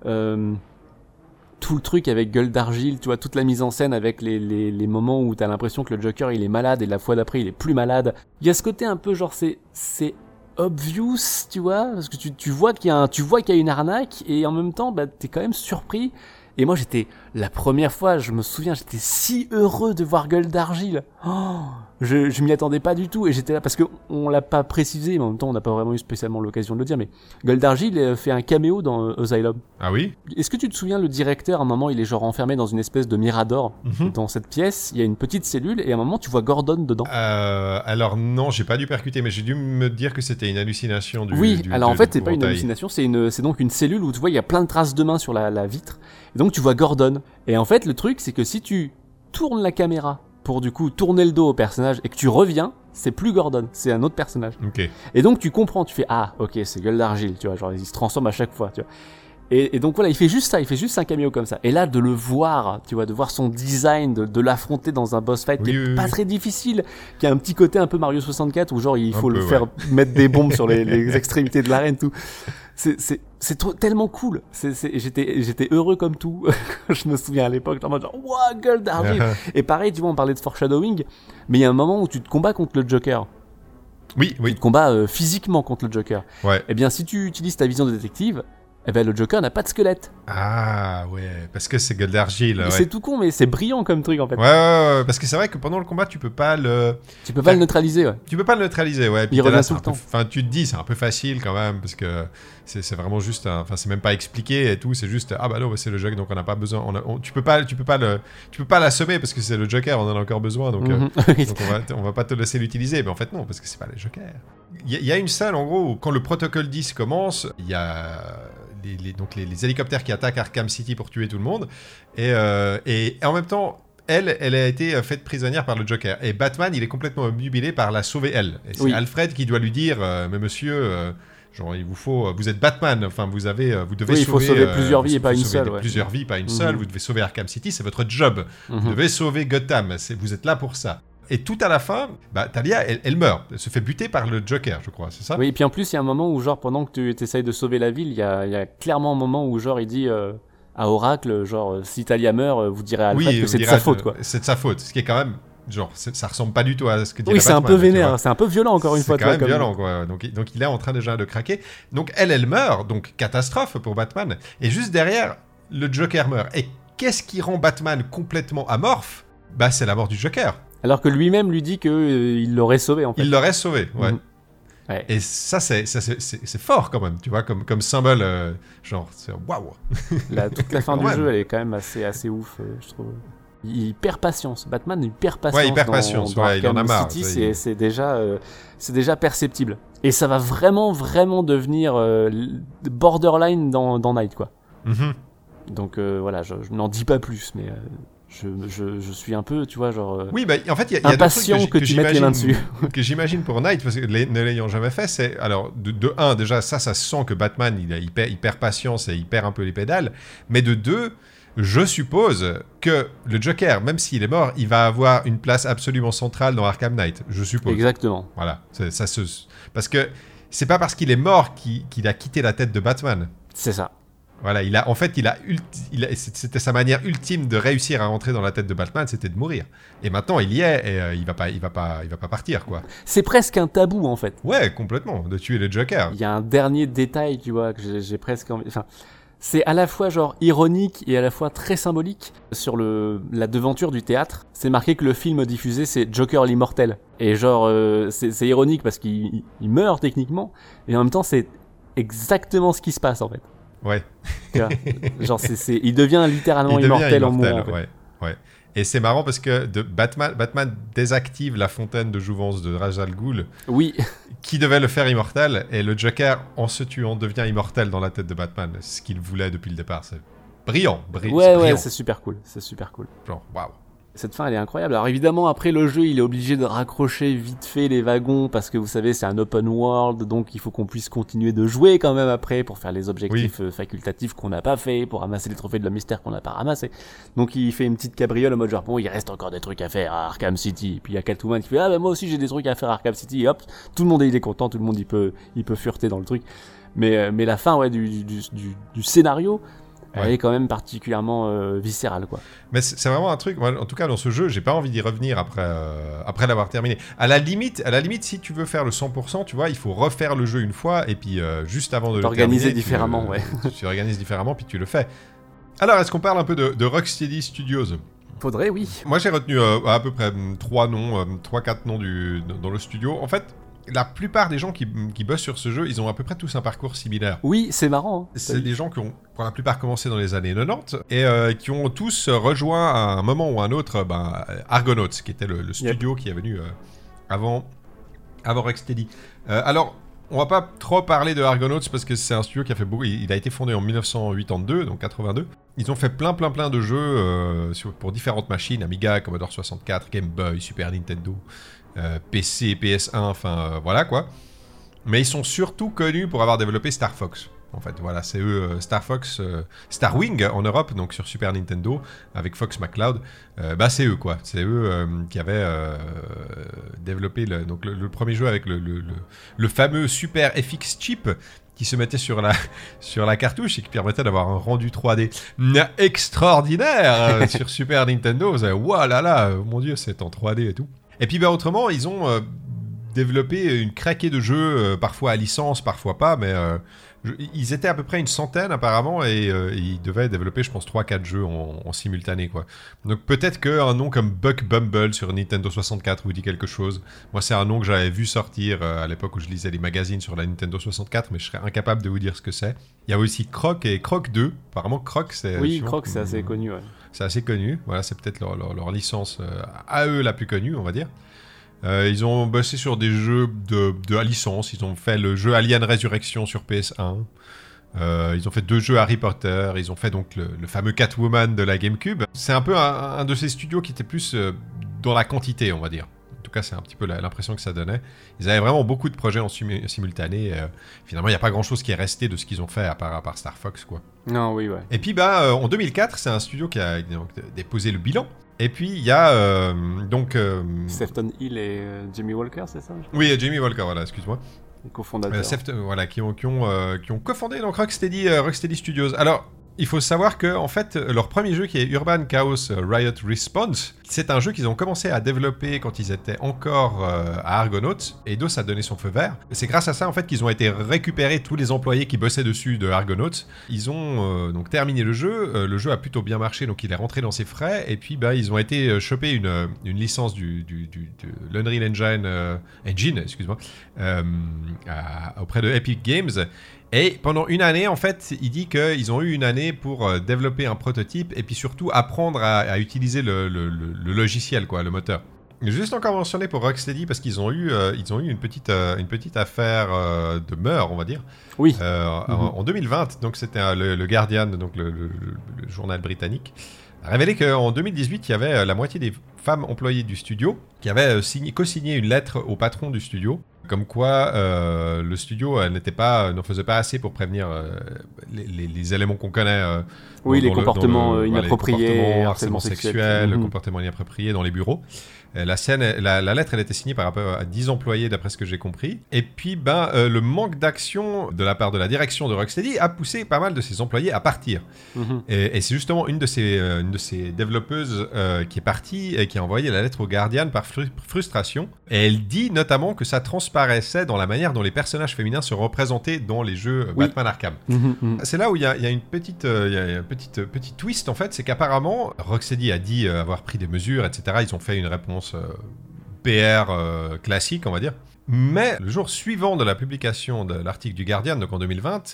Tout le truc avec Gueule d'Argile, tu vois, toute la mise en scène avec les moments où t'as l'impression que le Joker il est malade et la fois d'après il est plus malade. Il y a ce côté un peu genre c'est obvious, tu vois, parce que tu vois qu'il y a une arnaque et en même temps bah t'es quand même surpris. Et moi la première fois, je me souviens, j'étais si heureux de voir Gueule d'Argile. Oh, je m'y attendais pas du tout et j'étais là parce que on l'a pas précisé, mais en même temps on n'a pas vraiment eu spécialement l'occasion de le dire, mais Gueule d'Argile fait un caméo dans Asylum. Ah oui? Est-ce que tu te souviens, le directeur, à un moment il est genre enfermé dans une espèce de mirador dans cette pièce, il y a une petite cellule et à un moment tu vois Gordon dedans. Alors non, j'ai pas dû percuter, mais j'ai dû me dire que c'était une hallucination en fait c'est pas une hallucination, c'est donc une cellule où tu vois il y a plein de traces de mains sur la vitre et donc tu vois Gordon. Et en fait le truc c'est que si tu tournes la caméra pour du coup tourner le dos au personnage et que tu reviens, c'est plus Gordon, c'est un autre personnage. Okay. Et donc tu comprends, tu fais ah ok c'est Gueule d'Argile, tu vois, genre il se transforme à chaque fois, tu vois. Et donc voilà, il fait juste ça, il fait juste un caméo comme ça. Et là, de le voir, tu vois, de voir son design, de l'affronter dans un boss fight qui est pas très difficile, qui a un petit côté un peu Mario 64 où genre il faut faire mettre des bombes sur les extrémités de l'arène, tout. C'est tellement cool. J'étais heureux comme tout. Je me souviens à l'époque, genre wow, Gueule d'Argile. Et pareil, tu vois, on parlait de foreshadowing, mais il y a un moment où tu te combats contre le Joker. Oui. Tu te combats physiquement contre le Joker. Ouais. Eh bien, si tu utilises ta vision de détective, eh ben, le Joker n'a pas de squelette. Ah, ouais, parce que c'est Gueule d'Argile. Ouais. C'est tout con, mais c'est brillant comme truc, en fait. Ouais, parce que c'est vrai que pendant le combat, tu peux pas le neutraliser, ouais. Tu peux pas le neutraliser, ouais. Il revient tout le temps. Enfin, tu te dis, c'est un peu facile quand même, parce que c'est vraiment juste, enfin, c'est même pas expliqué et tout, c'est juste, ah bah non, c'est le Joker, donc on n'a pas besoin, tu peux pas l'assommer parce que c'est le Joker, on en a encore besoin, donc, donc on va pas te laisser l'utiliser, mais en fait non, parce que c'est pas le Joker. Il y a une scène, en gros, où quand le protocole 10 commence, il y a les hélicoptères qui attaquent Arkham City pour tuer tout le monde, et en même temps, elle a été faite prisonnière par le Joker. Et Batman, il est complètement obnubilé par la sauver elle. Et c'est Alfred qui doit lui dire, mais monsieur, genre vous êtes Batman, enfin vous devez sauver. Il faut sauver plusieurs vies et pas une seule. Plusieurs vies, pas une seule. Vous devez sauver Arkham City, c'est votre job. Vous devez sauver Gotham, vous êtes là pour ça. Et tout à la fin, Talia, elle meurt. Elle se fait buter par le Joker, je crois, c'est ça? Oui, et puis en plus, il y a un moment où, genre, pendant que tu essayes de sauver la ville, il y a clairement un moment où, genre, il dit à Oracle, genre, si Talia meurt, vous direz à Alfred que c'est de sa faute, quoi. C'est de sa faute, ce qui est quand même... Genre, ça ressemble pas du tout à ce que dit Batman. Oui, c'est un peu vénère, c'est un peu violent, encore une fois. C'est quand même violent, quoi. Donc il est en train déjà de craquer. Donc elle meurt, donc catastrophe pour Batman. Et juste derrière, le Joker meurt. Et qu'est-ce qui rend Batman complètement amorphe? C'est la mort du Joker. Alors que lui-même lui dit qu'il l'aurait sauvé, en fait. Il l'aurait sauvé, ouais. Ouais. Et ça, c'est fort quand même, tu vois, comme symbole, genre, c'est waouh. Toute la fin du jeu, elle est quand même assez ouf, je trouve. Il perd patience. Batman, il perd patience. Ouais, il perd patience. Il en a marre. City, c'est déjà perceptible. Et ça va vraiment devenir borderline dans Night, quoi. Donc voilà, je n'en dis pas plus, mais je suis un peu, tu vois, genre. Oui, en fait, il y a impatient que tu mettes les mains dessus. Que j'imagine pour Night, parce que ne l'ayant jamais fait, c'est alors de un, déjà ça se sent que Batman il perd patience et il perd un peu les pédales, mais de deux, je suppose que le Joker, même s'il est mort, il va avoir une place absolument centrale dans Arkham Knight, je suppose. Exactement. Voilà, parce que c'est pas parce qu'il est mort qu'il a quitté la tête de Batman. C'est ça. Voilà, c'était sa manière ultime de réussir à rentrer dans la tête de Batman, c'était de mourir. Et maintenant, il y est, et il va pas partir, quoi. C'est presque un tabou, en fait. Ouais, complètement, de tuer le Joker. Il y a un dernier détail, tu vois, que j'ai presque envie... Enfin, c'est à la fois genre ironique et à la fois très symbolique. Sur la devanture du théâtre, c'est marqué que le film diffusé, c'est Joker l'immortel. Et genre, c'est ironique parce qu'il meurt techniquement, et en même temps, c'est exactement ce qui se passe, en fait. Ouais. Tu vois, genre, il devient littéralement immortel en mourant. En fait. Ouais. Et c'est marrant parce que Batman désactive la fontaine de jouvence de Ra's al Ghul. Oui. Qui devait le faire immortel. Et le Joker, en se tuant, devient immortel dans la tête de Batman. Ce qu'il voulait depuis le départ. C'est brillant. Ouais, c'est super cool. Genre, waouh. Cette fin, elle est incroyable. Alors évidemment, après le jeu, il est obligé de raccrocher vite fait les wagons parce que vous savez, c'est un open world, donc il faut qu'on puisse continuer de jouer quand même après pour faire les objectifs facultatifs qu'on n'a pas fait, pour ramasser les trophées de la mystère qu'on n'a pas ramassé. Donc il fait une petite cabriole en mode genre bon, il reste encore des trucs à faire à Arkham City. Et puis il y a Catwoman qui fait ah ben moi aussi j'ai des trucs à faire à Arkham City. Et hop, tout le monde il est content, tout le monde il peut fureter dans le truc. Mais la fin du scénario. Elle est quand même particulièrement viscérale, quoi. Mais c'est vraiment un truc, moi, en tout cas dans ce jeu, j'ai pas envie d'y revenir après l'avoir terminé. À la limite, si tu veux faire le 100%, tu vois, il faut refaire le jeu une fois, et puis juste avant de le terminer... T'organiser différemment, tu organises différemment, puis tu le fais. Alors, est-ce qu'on parle un peu de Rocksteady Studios ? Faudrait, oui. Moi, j'ai retenu à peu près 3-4 noms dans le studio. En fait... La plupart des gens qui bossent sur ce jeu, ils ont à peu près tous un parcours similaire. Oui, c'est marrant. Hein. C'est des gens qui ont, pour la plupart, commencé dans les années 90 et qui ont tous rejoint à un moment ou à un autre Argonauts, qui était le studio qui est venu avant Rocksteady. Alors, on va pas trop parler de Argonauts parce que c'est un studio qui a fait beaucoup. Il a été fondé en 1982, donc 82. Ils ont fait plein de jeux pour différentes machines, Amiga, Commodore 64, Game Boy, Super Nintendo. PC, PS1, enfin voilà quoi. Mais ils sont surtout connus pour avoir développé Star Fox. En fait, voilà, c'est eux, Star Fox, Starwing en Europe, donc sur Super Nintendo, avec Fox McCloud. C'est eux quoi. C'est eux qui avaient développé le premier jeu avec le fameux Super FX chip qui se mettait sur la cartouche et qui permettait d'avoir un rendu 3D extraordinaire sur Super Nintendo. Waouh là là, mon Dieu, c'est en 3D et tout. Et puis autrement, ils ont développé une craquée de jeux, parfois à licence, parfois pas, mais ils étaient à peu près une centaine apparemment, et ils devaient développer, je pense, 3-4 jeux en simultané, quoi. Donc peut-être qu'un nom comme Buck Bumble sur Nintendo 64 vous dit quelque chose. Moi, c'est un nom que j'avais vu sortir à l'époque où je lisais les magazines sur la Nintendo 64, mais je serais incapable de vous dire ce que c'est. Il y a aussi Croc et Croc 2. Apparemment, Croc, c'est... Oui, Croc, c'est assez connu, ouais. C'est assez connu. Voilà, c'est peut-être leur licence à eux la plus connue, on va dire. Ils ont bossé sur des jeux de licence. Ils ont fait le jeu Alien Resurrection sur PS1. Ils ont fait 2 jeux Harry Potter. Ils ont fait donc le fameux Catwoman de la GameCube. C'est un peu un de ces studios qui était plus dans la quantité, on va dire. En tout cas, c'est un petit peu l'impression que ça donnait. Ils avaient vraiment beaucoup de projets en simultané. Finalement, il n'y a pas grand-chose qui est resté de ce qu'ils ont fait à part Star Fox, quoi. Non, oui, ouais. Et puis, en 2004, c'est un studio qui a donc déposé le bilan. Et puis, il y a Sefton Hill et Jamie Walker, c'est ça ? Oui, Jamie Walker, voilà, excuse-moi. Les cofondateurs. Voilà, qui ont cofondé donc Rocksteady Studios. Alors, il faut savoir que en fait, leur premier jeu qui est Urban Chaos Riot Response, c'est un jeu qu'ils ont commencé à développer quand ils étaient encore à Argonauts, et DOS a donné son feu vert. C'est grâce à ça en fait qu'ils ont été récupérés tous les employés qui bossaient dessus de Argonauts. Ils ont donc terminé le jeu. Le jeu a plutôt bien marché, donc il est rentré dans ses frais. Et puis ils ont été choper une licence de l'Unreal Engine, excuse-moi, auprès de Epic Games. Et pendant une année, en fait, il dit qu'ils ont eu une année pour développer un prototype et puis surtout apprendre à utiliser le logiciel, quoi, le moteur. Juste encore mentionné pour Rocksteady parce qu'ils ont eu une petite affaire de meurtre, on va dire. Oui. En 2020, donc c'était le Guardian, donc le journal britannique, a révélé qu'en 2018, il y avait la moitié des femmes employées du studio qui avaient co-signé une lettre au patron du studio, comme quoi le studio n'en faisait pas assez pour prévenir les éléments qu'on connaît. Les comportements inappropriés, harcèlement sexuel, le comportement inapproprié dans les bureaux. La lettre, elle était signée par rapport à 10 employés, d'après ce que j'ai compris. Et puis, le manque d'action de la part de la direction de Rocksteady a poussé pas mal de ses employés à partir. Et c'est justement une de ces développeuses qui est partie et qui a envoyé la lettre au Guardian par frustration. Et elle dit notamment que ça transparaissait dans la manière dont les personnages féminins se représentaient dans les jeux Batman Arkham. C'est là où il y a une petite twist, en fait. C'est qu'apparemment, Rocksteady a dit avoir pris des mesures, etc. Ils ont fait une réponse PR classique, on va dire. Mais le jour suivant de la publication de l'article du Guardian, donc en 2020,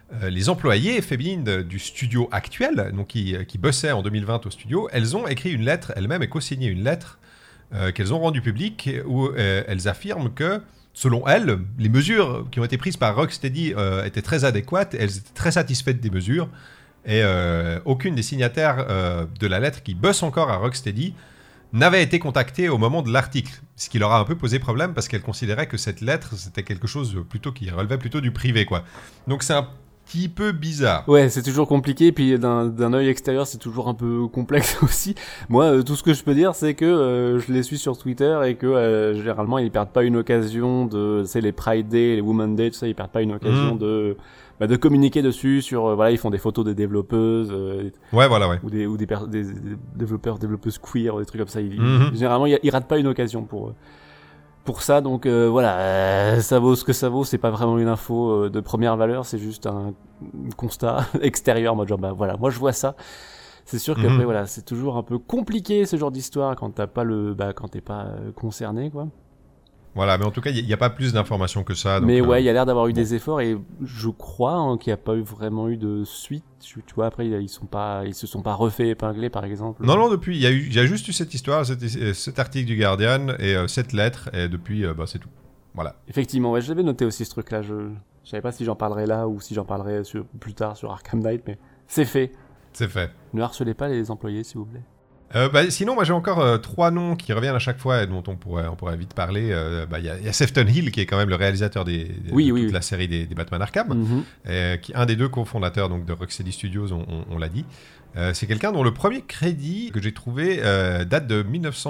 les employés féminines du studio actuel, donc qui bossaient en 2020 au studio, elles ont écrit une lettre elles-mêmes et co-signé une lettre qu'elles ont rendue publique où elles affirment que, selon elles, les mesures qui ont été prises par Rocksteady étaient très adéquates, elles étaient très satisfaites des mesures, et aucune des signataires de la lettre qui bossent encore à Rocksteady n'avait été contactée au moment de l'article, ce qui leur a un peu posé problème parce qu'elles considéraient que cette lettre, c'était quelque chose plutôt qui relevait plutôt du privé, quoi. Donc c'est un petit peu bizarre. Ouais, c'est toujours compliqué, puis d'un œil extérieur, c'est toujours un peu complexe aussi. Moi, tout ce que je peux dire, c'est que je les suis sur Twitter et que généralement, ils perdent pas une occasion de, tu sais, les Pride Day, les Women's Day, tout ça, ils perdent pas une occasion de communiquer dessus sur, voilà, ils font des photos des développeuses, ouais, ou des développeurs, développeuses queer, des trucs comme ça. Généralement, ils ratent pas une occasion pour ça, donc voilà, ça vaut ce que ça vaut, c'est pas vraiment une info de première valeur, c'est juste un constat extérieur, moi genre bah voilà, moi je vois ça. C'est sûr qu'après voilà, c'est toujours un peu compliqué ce genre d'histoire quand t'as pas quand t'es pas concerné, quoi. Voilà, mais en tout cas, il n'y a pas plus d'informations que ça. Donc, mais ouais, il y a l'air d'avoir eu des efforts et je crois qu'il n'y a pas eu vraiment eu de suite. Tu vois, après, ils se sont pas refait épingler, par exemple. Non, depuis, il y a juste eu cette histoire, cet article du Guardian et cette lettre, et depuis, c'est tout. Voilà. Effectivement, ouais, je l'avais noté aussi ce truc-là. Je savais pas si j'en parlerais là ou si j'en parlerais plus tard sur Arkham Knight, mais c'est fait. C'est fait. Ne harcelez pas les employés, s'il vous plaît. Sinon, moi j'ai encore 3 noms qui reviennent à chaque fois et dont on pourrait vite parler. Il y a Sefton Hill qui est quand même le réalisateur de toute la série des Batman Arkham, qui est un des 2 cofondateurs donc, de Rocksteady Studios, on l'a dit. C'est quelqu'un dont le premier crédit que j'ai trouvé date de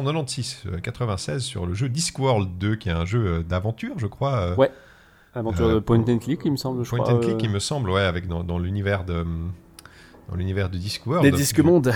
1996 sur le jeu Discworld 2, qui est un jeu d'aventure, je crois. Ouais, aventure de point and click, il me semble. Point and click, il me semble, ouais, avec dans l'univers de... Dans l'univers de Discworld. Des Disques-Mondes,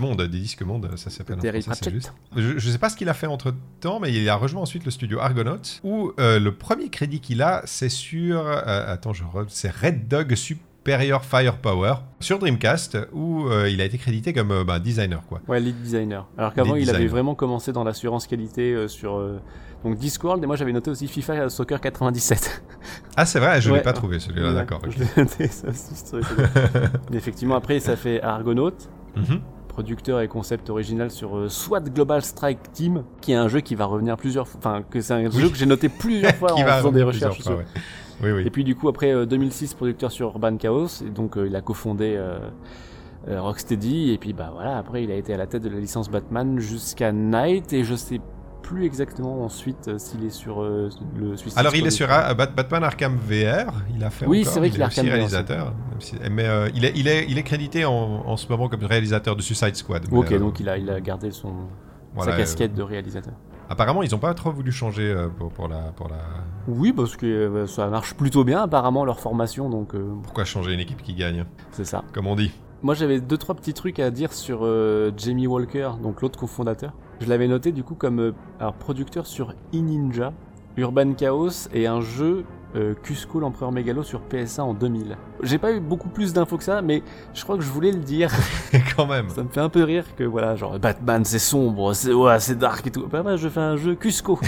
ça s'appelle. Terry Pratchett. Je sais pas ce qu'il a fait entre temps, mais il a rejoint ensuite le studio Argonaut, où le premier crédit qu'il a, c'est sur. C'est Red Dog Superior Firepower sur Dreamcast, où il a été crédité comme designer, quoi. Ouais, lead designer. Alors qu'avant, il avait vraiment commencé dans l'assurance qualité sur. Donc Discworld, et moi j'avais noté aussi FIFA Soccer 97. Ah c'est vrai, je l'ai pas trouvé celui-là, d'accord. Je l'ai noté, ça aussi. Effectivement, après ça fait Argonaut, producteur et concept original sur SWAT Global Strike Team, qui est un jeu qui va revenir plusieurs fois, enfin que c'est un jeu que j'ai noté plusieurs fois en faisant des recherches. Fois, ouais. Oui. Et puis du coup après 2006, producteur sur Urban Chaos, et donc il a cofondé Rocksteady, et puis voilà, après il a été à la tête de la licence Batman jusqu'à Night, et je sais plus exactement ensuite s'il est sur le Suicide Squad. Alors il est sur Batman Arkham VR, il a fait oui, encore, c'est vrai qu'il est aussi réalisateur, mais il est crédité en ce moment comme réalisateur de Suicide Squad. Ok, donc il a gardé sa casquette de réalisateur. Apparemment, ils n'ont pas trop voulu changer pour la... Oui, parce que ça marche plutôt bien, apparemment, leur formation, donc... Pourquoi changer une équipe qui gagne ? C'est ça. Comme on dit. Moi, j'avais 2-3 petits trucs à dire sur Jamie Walker, donc l'autre cofondateur. Je l'avais noté, du coup, comme producteur sur E-Ninja, Urban Chaos et un jeu Cusco l'Empereur Mégalo sur PS1 en 2000. J'ai pas eu beaucoup plus d'infos que ça, mais je crois que je voulais le dire. Quand même. Ça me fait un peu rire que voilà, genre Batman c'est sombre, c'est dark et tout. Bah je fais un jeu Cusco.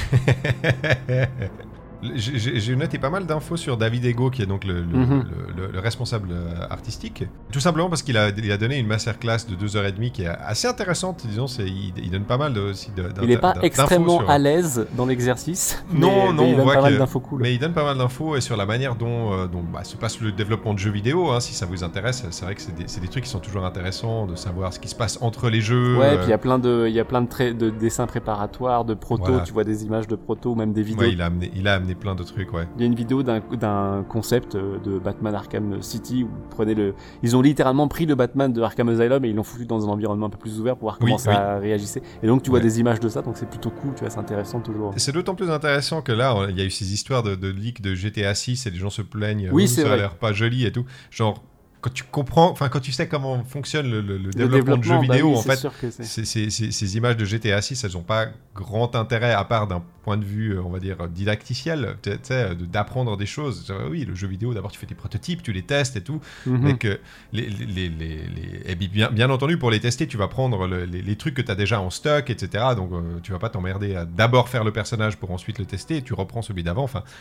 J'ai noté pas mal d'infos sur David Ego, qui est donc le responsable artistique. Tout simplement parce qu'il a donné une masterclass de 2h30 qui est assez intéressante. Disons, il donne pas mal il n'est pas extrêmement à l'aise dans l'exercice. Non, mais il donne pas mal d'infos cool. Mais il donne pas mal d'infos et sur la manière dont se passe le développement de jeux vidéo. Hein, si ça vous intéresse, c'est vrai que c'est des trucs qui sont toujours intéressants, de savoir ce qui se passe entre les jeux. Ouais, puis il y a plein de dessins préparatoires, de protos. Voilà. Tu vois des images de protos ou même des vidéos. Ouais, il a amené plein de trucs, ouais. Il y a une vidéo d'un concept de Batman Arkham City où ils ont littéralement pris le Batman de Arkham Asylum et ils l'ont foutu dans un environnement un peu plus ouvert pour voir comment ça réagissait. Et donc tu vois des images de ça, donc c'est plutôt cool, tu vois, c'est intéressant toujours. C'est d'autant plus intéressant que là, il y a eu ces histoires de leak de GTA 6 et les gens se plaignent. Oui, c'est ça vrai. a l'air pas joli et tout. Genre, quand tu comprends, quand tu sais comment fonctionne le développement de jeux vidéo, en fait, ces images de GTA 6, elles n'ont pas grand intérêt à part d'un point de vue, on va dire, didacticiel, d'apprendre des choses. Oui, le jeu vidéo, d'abord tu fais tes prototypes, tu les testes et tout, mais que et bien entendu, pour les tester, tu vas prendre les trucs que tu as déjà en stock, etc. Donc tu vas pas t'emmerder à d'abord faire le personnage pour ensuite le tester, et tu reprends celui d'avant. Enfin,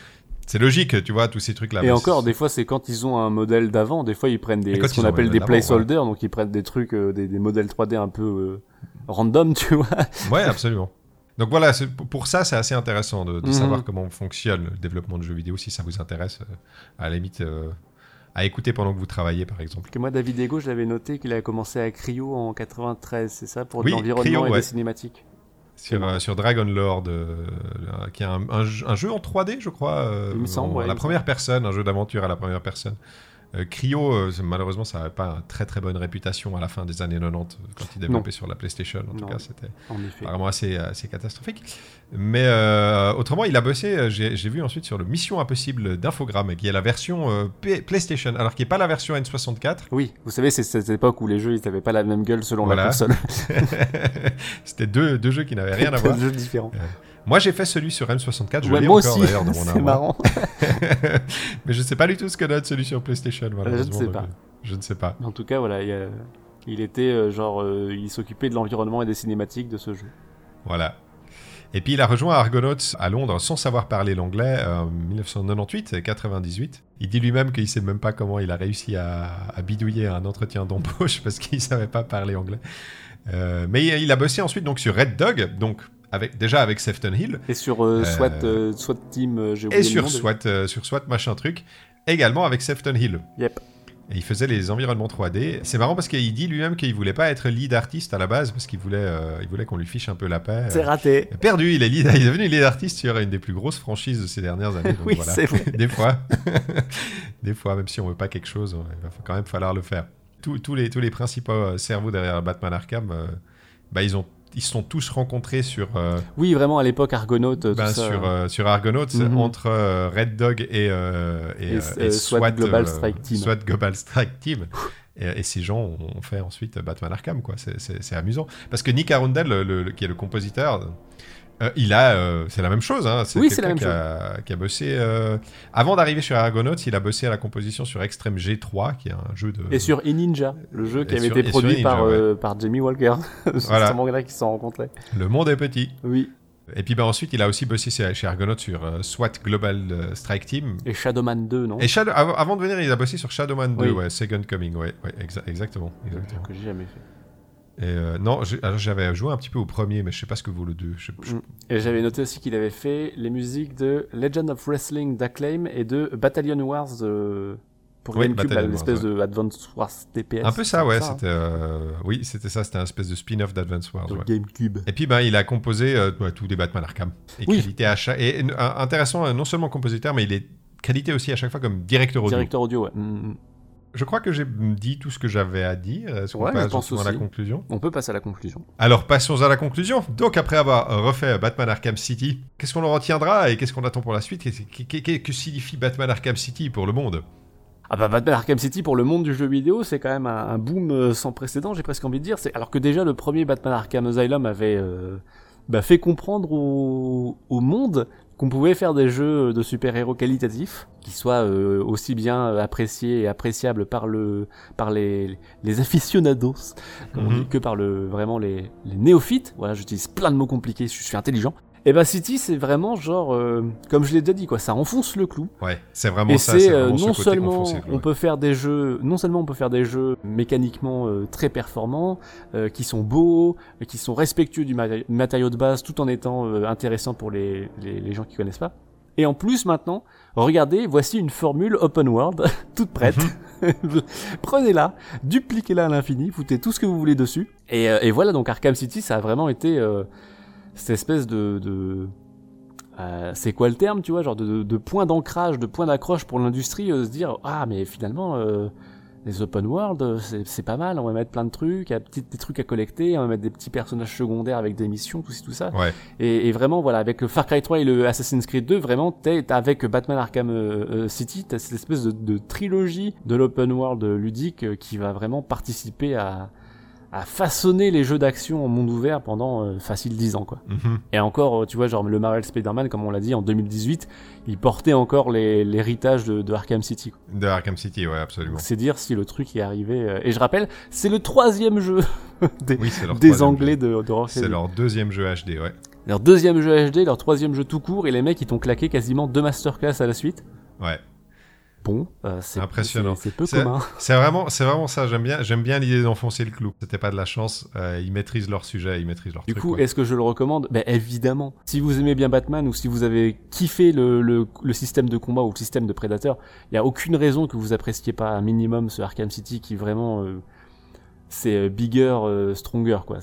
C'est logique, tu vois, tous ces trucs-là. Et encore, des fois, c'est quand ils ont un modèle d'avant. Des fois, ils prennent ce qu'on appelle des placeholders, donc ils prennent des trucs, des modèles 3D un peu random, tu vois. Ouais, absolument. Donc voilà, pour ça, c'est assez intéressant de savoir comment fonctionne le développement de jeux vidéo, si ça vous intéresse, à la limite, à écouter pendant que vous travaillez, par exemple. Parce que moi, David Ego, je l'avais noté qu'il avait commencé à Cryo en 93, c'est ça, pour l'environnement et des cinématiques. Sur Dragon Lord, qui est un jeu en 3D, je crois, il me semble, à la première personne, un jeu d'aventure à la première personne. Cryo, malheureusement, ça n'avait pas une très très bonne réputation à la fin des années 90, quand il développait sur la PlayStation. En tout cas, c'était vraiment assez catastrophique. Mais autrement, il a bossé, j'ai vu ensuite sur le Mission Impossible d'Infogrames, qui est la version PlayStation, alors qui n'est pas la version N64. Oui, vous savez, c'est cette époque où les jeux n'avaient pas la même gueule selon la console. C'était deux jeux qui n'avaient rien à voir. Deux jeux différents. Moi, j'ai fait celui sur M64, je l'ai encore d'ailleurs dans mon armoire. C'est marrant. Mais je ne sais pas du tout ce que donne celui sur PlayStation. Je ne sais pas. Je ne sais pas. En tout cas, voilà, il était il s'occupait de l'environnement et des cinématiques de ce jeu. Voilà. Et puis il a rejoint Argonauts à Londres sans savoir parler l'anglais en 1998 et 98. Il dit lui-même qu'il ne sait même pas comment il a réussi à bidouiller un entretien d'embauche parce qu'il ne savait pas parler anglais. Mais il a bossé ensuite donc, sur Red Dog, donc déjà avec Sefton Hill. Et sur SWAT Team, j'ai oublié et sur SWAT machin truc, également avec Sefton Hill. Yep. Et il faisait les environnements 3D. C'est marrant parce qu'il dit lui-même qu'il voulait pas être lead artiste à la base parce qu'il voulait qu'on lui fiche un peu la paix. C'est raté. Perdu, il est devenu lead artiste sur une des plus grosses franchises de ces dernières années. Donc oui, voilà. C'est vrai. Des fois, même si on veut pas quelque chose, il va quand même falloir le faire. Tous les principaux cerveaux derrière Batman Arkham, ils se sont tous rencontrés sur... oui, vraiment, à l'époque, Argonaut, tout ça. Sur Argonaut, entre Red Dog et SWAT Global Strike Team. SWAT Global Strike Team. Et ces gens ont fait ensuite Batman Arkham, quoi. C'est amusant. Parce que Nick Arundel, qui est le compositeur... c'est la même chose, hein. C'est quelqu'un qui a bossé avant d'arriver sur Argonauts, il a bossé à la composition sur Extreme G3, qui est un jeu de... Et sur E-Ninja, le jeu qui avait été produit par Jamie Walker. C'est vraiment là qui se sont rencontrés. Le monde est petit. Oui. Et puis ensuite, il a aussi bossé chez Argonauts sur SWAT Global Strike Team. Et Shadowman 2, non? Et avant de venir, il a bossé sur Shadowman 2, Second Coming, exactement. Que j'ai jamais fait. Et non, j'avais joué un petit peu au premier, mais je sais pas ce que vaut le 2. Et j'avais noté aussi qu'il avait fait les musiques de Legend of Wrestling d'Acclaim et de Battalion Wars pour GameCube, l'espèce de Advance Wars DPS. Un peu ça, ouais. C'était, c'était ça, c'était un espèce de spin-off d'Advance Wars. GameCube. Et puis, il a composé tous des Batman Arkham. Crédité et intéressant, non seulement compositeur, mais il est crédité aussi à chaque fois comme directeur audio. Directeur audio, ouais. Je crois que j'ai dit tout ce que j'avais à dire. Est-ce qu'on passe à la conclusion ? On peut passer à la conclusion. Alors, passons à la conclusion. Donc, après avoir refait Batman Arkham City, qu'est-ce qu'on en retiendra et qu'est-ce qu'on attend pour la suite ? Que signifie Batman Arkham City pour le monde ? Batman Arkham City pour le monde du jeu vidéo, c'est quand même un boom sans précédent, j'ai presque envie de dire. Alors que déjà, le premier Batman Arkham Asylum avait fait comprendre au monde qu'on pouvait faire des jeux de super-héros qualitatifs, qui soient aussi bien appréciés et appréciables par les aficionados, comme on dit, que par vraiment les néophytes. Voilà, j'utilise plein de mots compliqués, je suis intelligent. Et City, c'est vraiment genre, comme je l'ai déjà dit, quoi, ça enfonce le clou. Ouais, c'est vraiment et ça. Et c'est non seulement on peut faire des jeux mécaniquement très performants, qui sont beaux, qui sont respectueux du matériau de base, tout en étant intéressants pour les gens qui connaissent pas. Et en plus, maintenant, regardez, voici une formule open world, toute prête. Prenez-la, dupliquez-la à l'infini, foutez tout ce que vous voulez dessus. Et voilà, donc Arkham City, ça a vraiment été cette espèce de c'est quoi le terme, tu vois, genre de point d'ancrage, de point d'accroche pour l'industrie, se dire, mais finalement, les open world, c'est pas mal, on va mettre plein de trucs, des trucs à collecter, on va mettre des petits personnages secondaires avec des missions, tout ça. Ouais. Et vraiment, voilà, avec le Far Cry 3 et le Assassin's Creed 2, vraiment, avec Batman Arkham City, t'as cette espèce de trilogie de l'open world ludique qui va vraiment participer à façonner les jeux d'action en monde ouvert pendant facile 10 ans, quoi. Et encore, tu vois, genre le Marvel Spider-Man, comme on l'a dit, en 2018, il portait encore l'héritage de Arkham City, quoi. De Arkham City, ouais, absolument. C'est dire si le truc est arrivé. Et je rappelle, c'est le 3e jeu des Anglais de Rocksteady. C'est leur 2e jeu HD, ouais. Leur deuxième jeu HD, leur troisième jeu tout court, et les mecs ils t'ont claqué quasiment 2 masterclass à la suite. Ouais. Bon, c'est impressionnant. C'est peu commun. C'est vraiment ça. J'aime bien l'idée d'enfoncer le clou. C'était pas de la chance. Ils maîtrisent leur sujet, ils maîtrisent leur truc. Du coup, est-ce que je le recommande ? Ben évidemment. Si vous aimez bien Batman ou si vous avez kiffé le système de combat ou le système de Predator, il y a aucune raison que vous appréciez pas un minimum ce Arkham City qui vraiment c'est bigger, stronger quoi.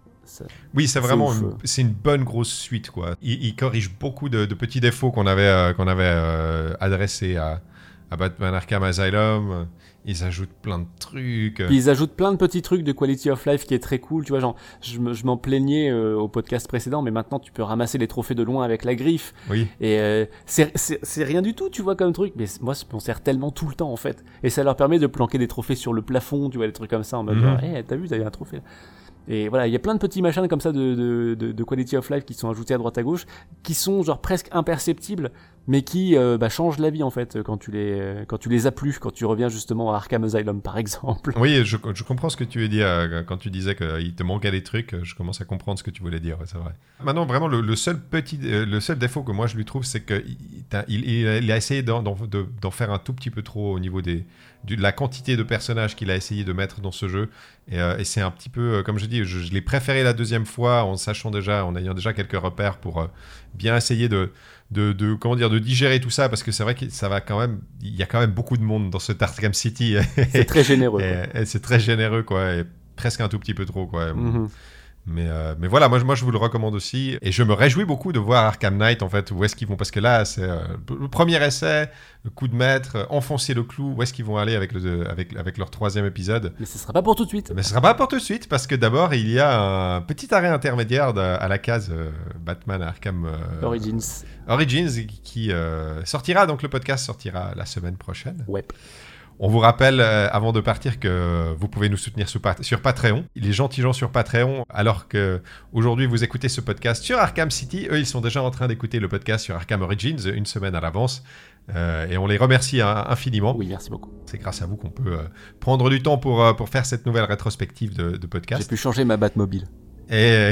Oui, c'est vraiment c'est une bonne grosse suite quoi. Il corrige beaucoup de petits défauts qu'on avait adressés à Batman Arkham Asylum. Ils ajoutent plein de trucs. Puis ils ajoutent plein de petits trucs de quality of life qui est très cool. Tu vois, genre, je m'en plaignais au podcast précédent, mais maintenant tu peux ramasser les trophées de loin avec la griffe. Oui. Et c'est rien du tout, tu vois, comme truc. Mais moi, je m'en sers tellement tout le temps, en fait. Et ça leur permet de planquer des trophées sur le plafond, tu vois, des trucs comme ça, en mode genre, hey, t'as vu, t'as eu un trophée là. Et voilà, il y a plein de petits machins comme ça de quality of life qui sont ajoutés à droite à gauche, qui sont genre presque imperceptibles, mais qui changent la vie en fait quand tu les as plus, quand tu reviens justement à Arkham Asylum par exemple. Oui, je comprends ce que tu veux dire quand tu disais qu'il te manquait des trucs. Je commence à comprendre ce que tu voulais dire, ouais, c'est vrai. Maintenant, vraiment, le seul défaut que moi je lui trouve, c'est qu'il a essayé d'en faire un tout petit peu trop au niveau de la quantité de personnages qu'il a essayé de mettre dans ce jeu. Et c'est un petit peu, comme je dis, je l'ai préféré la deuxième fois en ayant déjà quelques repères pour bien essayer de digérer tout ça, parce que c'est vrai que ça va quand même, il y a quand même beaucoup de monde dans ce Arkham City. C'est très généreux. Et c'est très généreux, quoi, et presque un tout petit peu trop, quoi. Mais voilà, moi je vous le recommande aussi, et je me réjouis beaucoup de voir Arkham Knight en fait, où est-ce qu'ils vont, parce que là c'est le premier essai, le coup de maître, enfoncer le clou, où est-ce qu'ils vont aller avec leur troisième épisode. Mais ce sera pas pour tout de suite. Mais ce sera pas pour tout de suite, parce que d'abord il y a un petit arrêt intermédiaire à la case Batman Arkham Origins qui sortira, donc le podcast sortira la semaine prochaine. Ouais. On vous rappelle, avant de partir, que vous pouvez nous soutenir sur Patreon. Les gentils gens sur Patreon, alors qu'aujourd'hui vous écoutez ce podcast sur Arkham City, eux ils sont déjà en train d'écouter le podcast sur Arkham Origins une semaine à l'avance. Et on les remercie infiniment. Oui, merci beaucoup. C'est grâce à vous qu'on peut prendre du temps pour faire cette nouvelle rétrospective de podcast. J'ai pu changer ma Batmobile. Et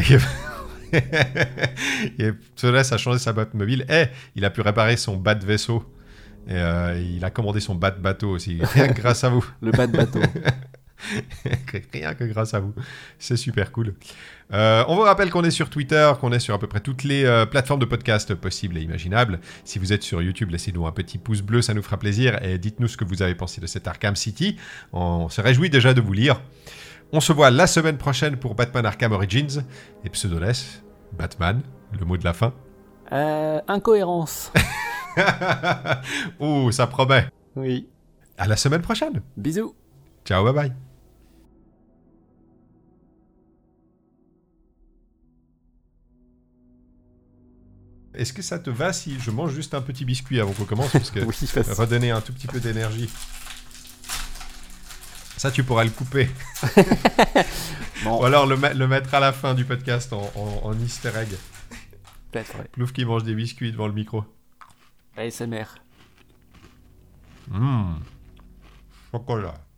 Solès a changé sa Batmobile. Et il a pu réparer son Bat-vaisseau. Et il a commandé son Bat-bateau aussi. Rien que grâce à vous. Le Bat-bateau. Rien que grâce à vous. C'est super cool. On vous rappelle qu'on est sur Twitter, qu'on est sur à peu près toutes les plateformes de podcast possibles et imaginables. Si vous êtes sur YouTube, laissez-nous un petit pouce bleu, ça nous fera plaisir. Et dites-nous ce que vous avez pensé de cet Arkham City. On se réjouit déjà de vous lire. On se voit la semaine prochaine pour Batman Arkham Origins. Et Pseudoless, Batman, le mot de la fin. Incohérence. Oh, ça promet. Oui. À la semaine prochaine. Bisous. Ciao, bye bye. Est-ce que ça te va si je mange juste un petit biscuit avant qu'on commence, parce que oui, redonner un tout petit peu d'énergie. Ça, tu pourras le couper. Bon. Ou alors le mettre à la fin du podcast en easter egg. Peut-être, ouais. Plouf qui mange des biscuits devant le micro. ASMR. Chocolat.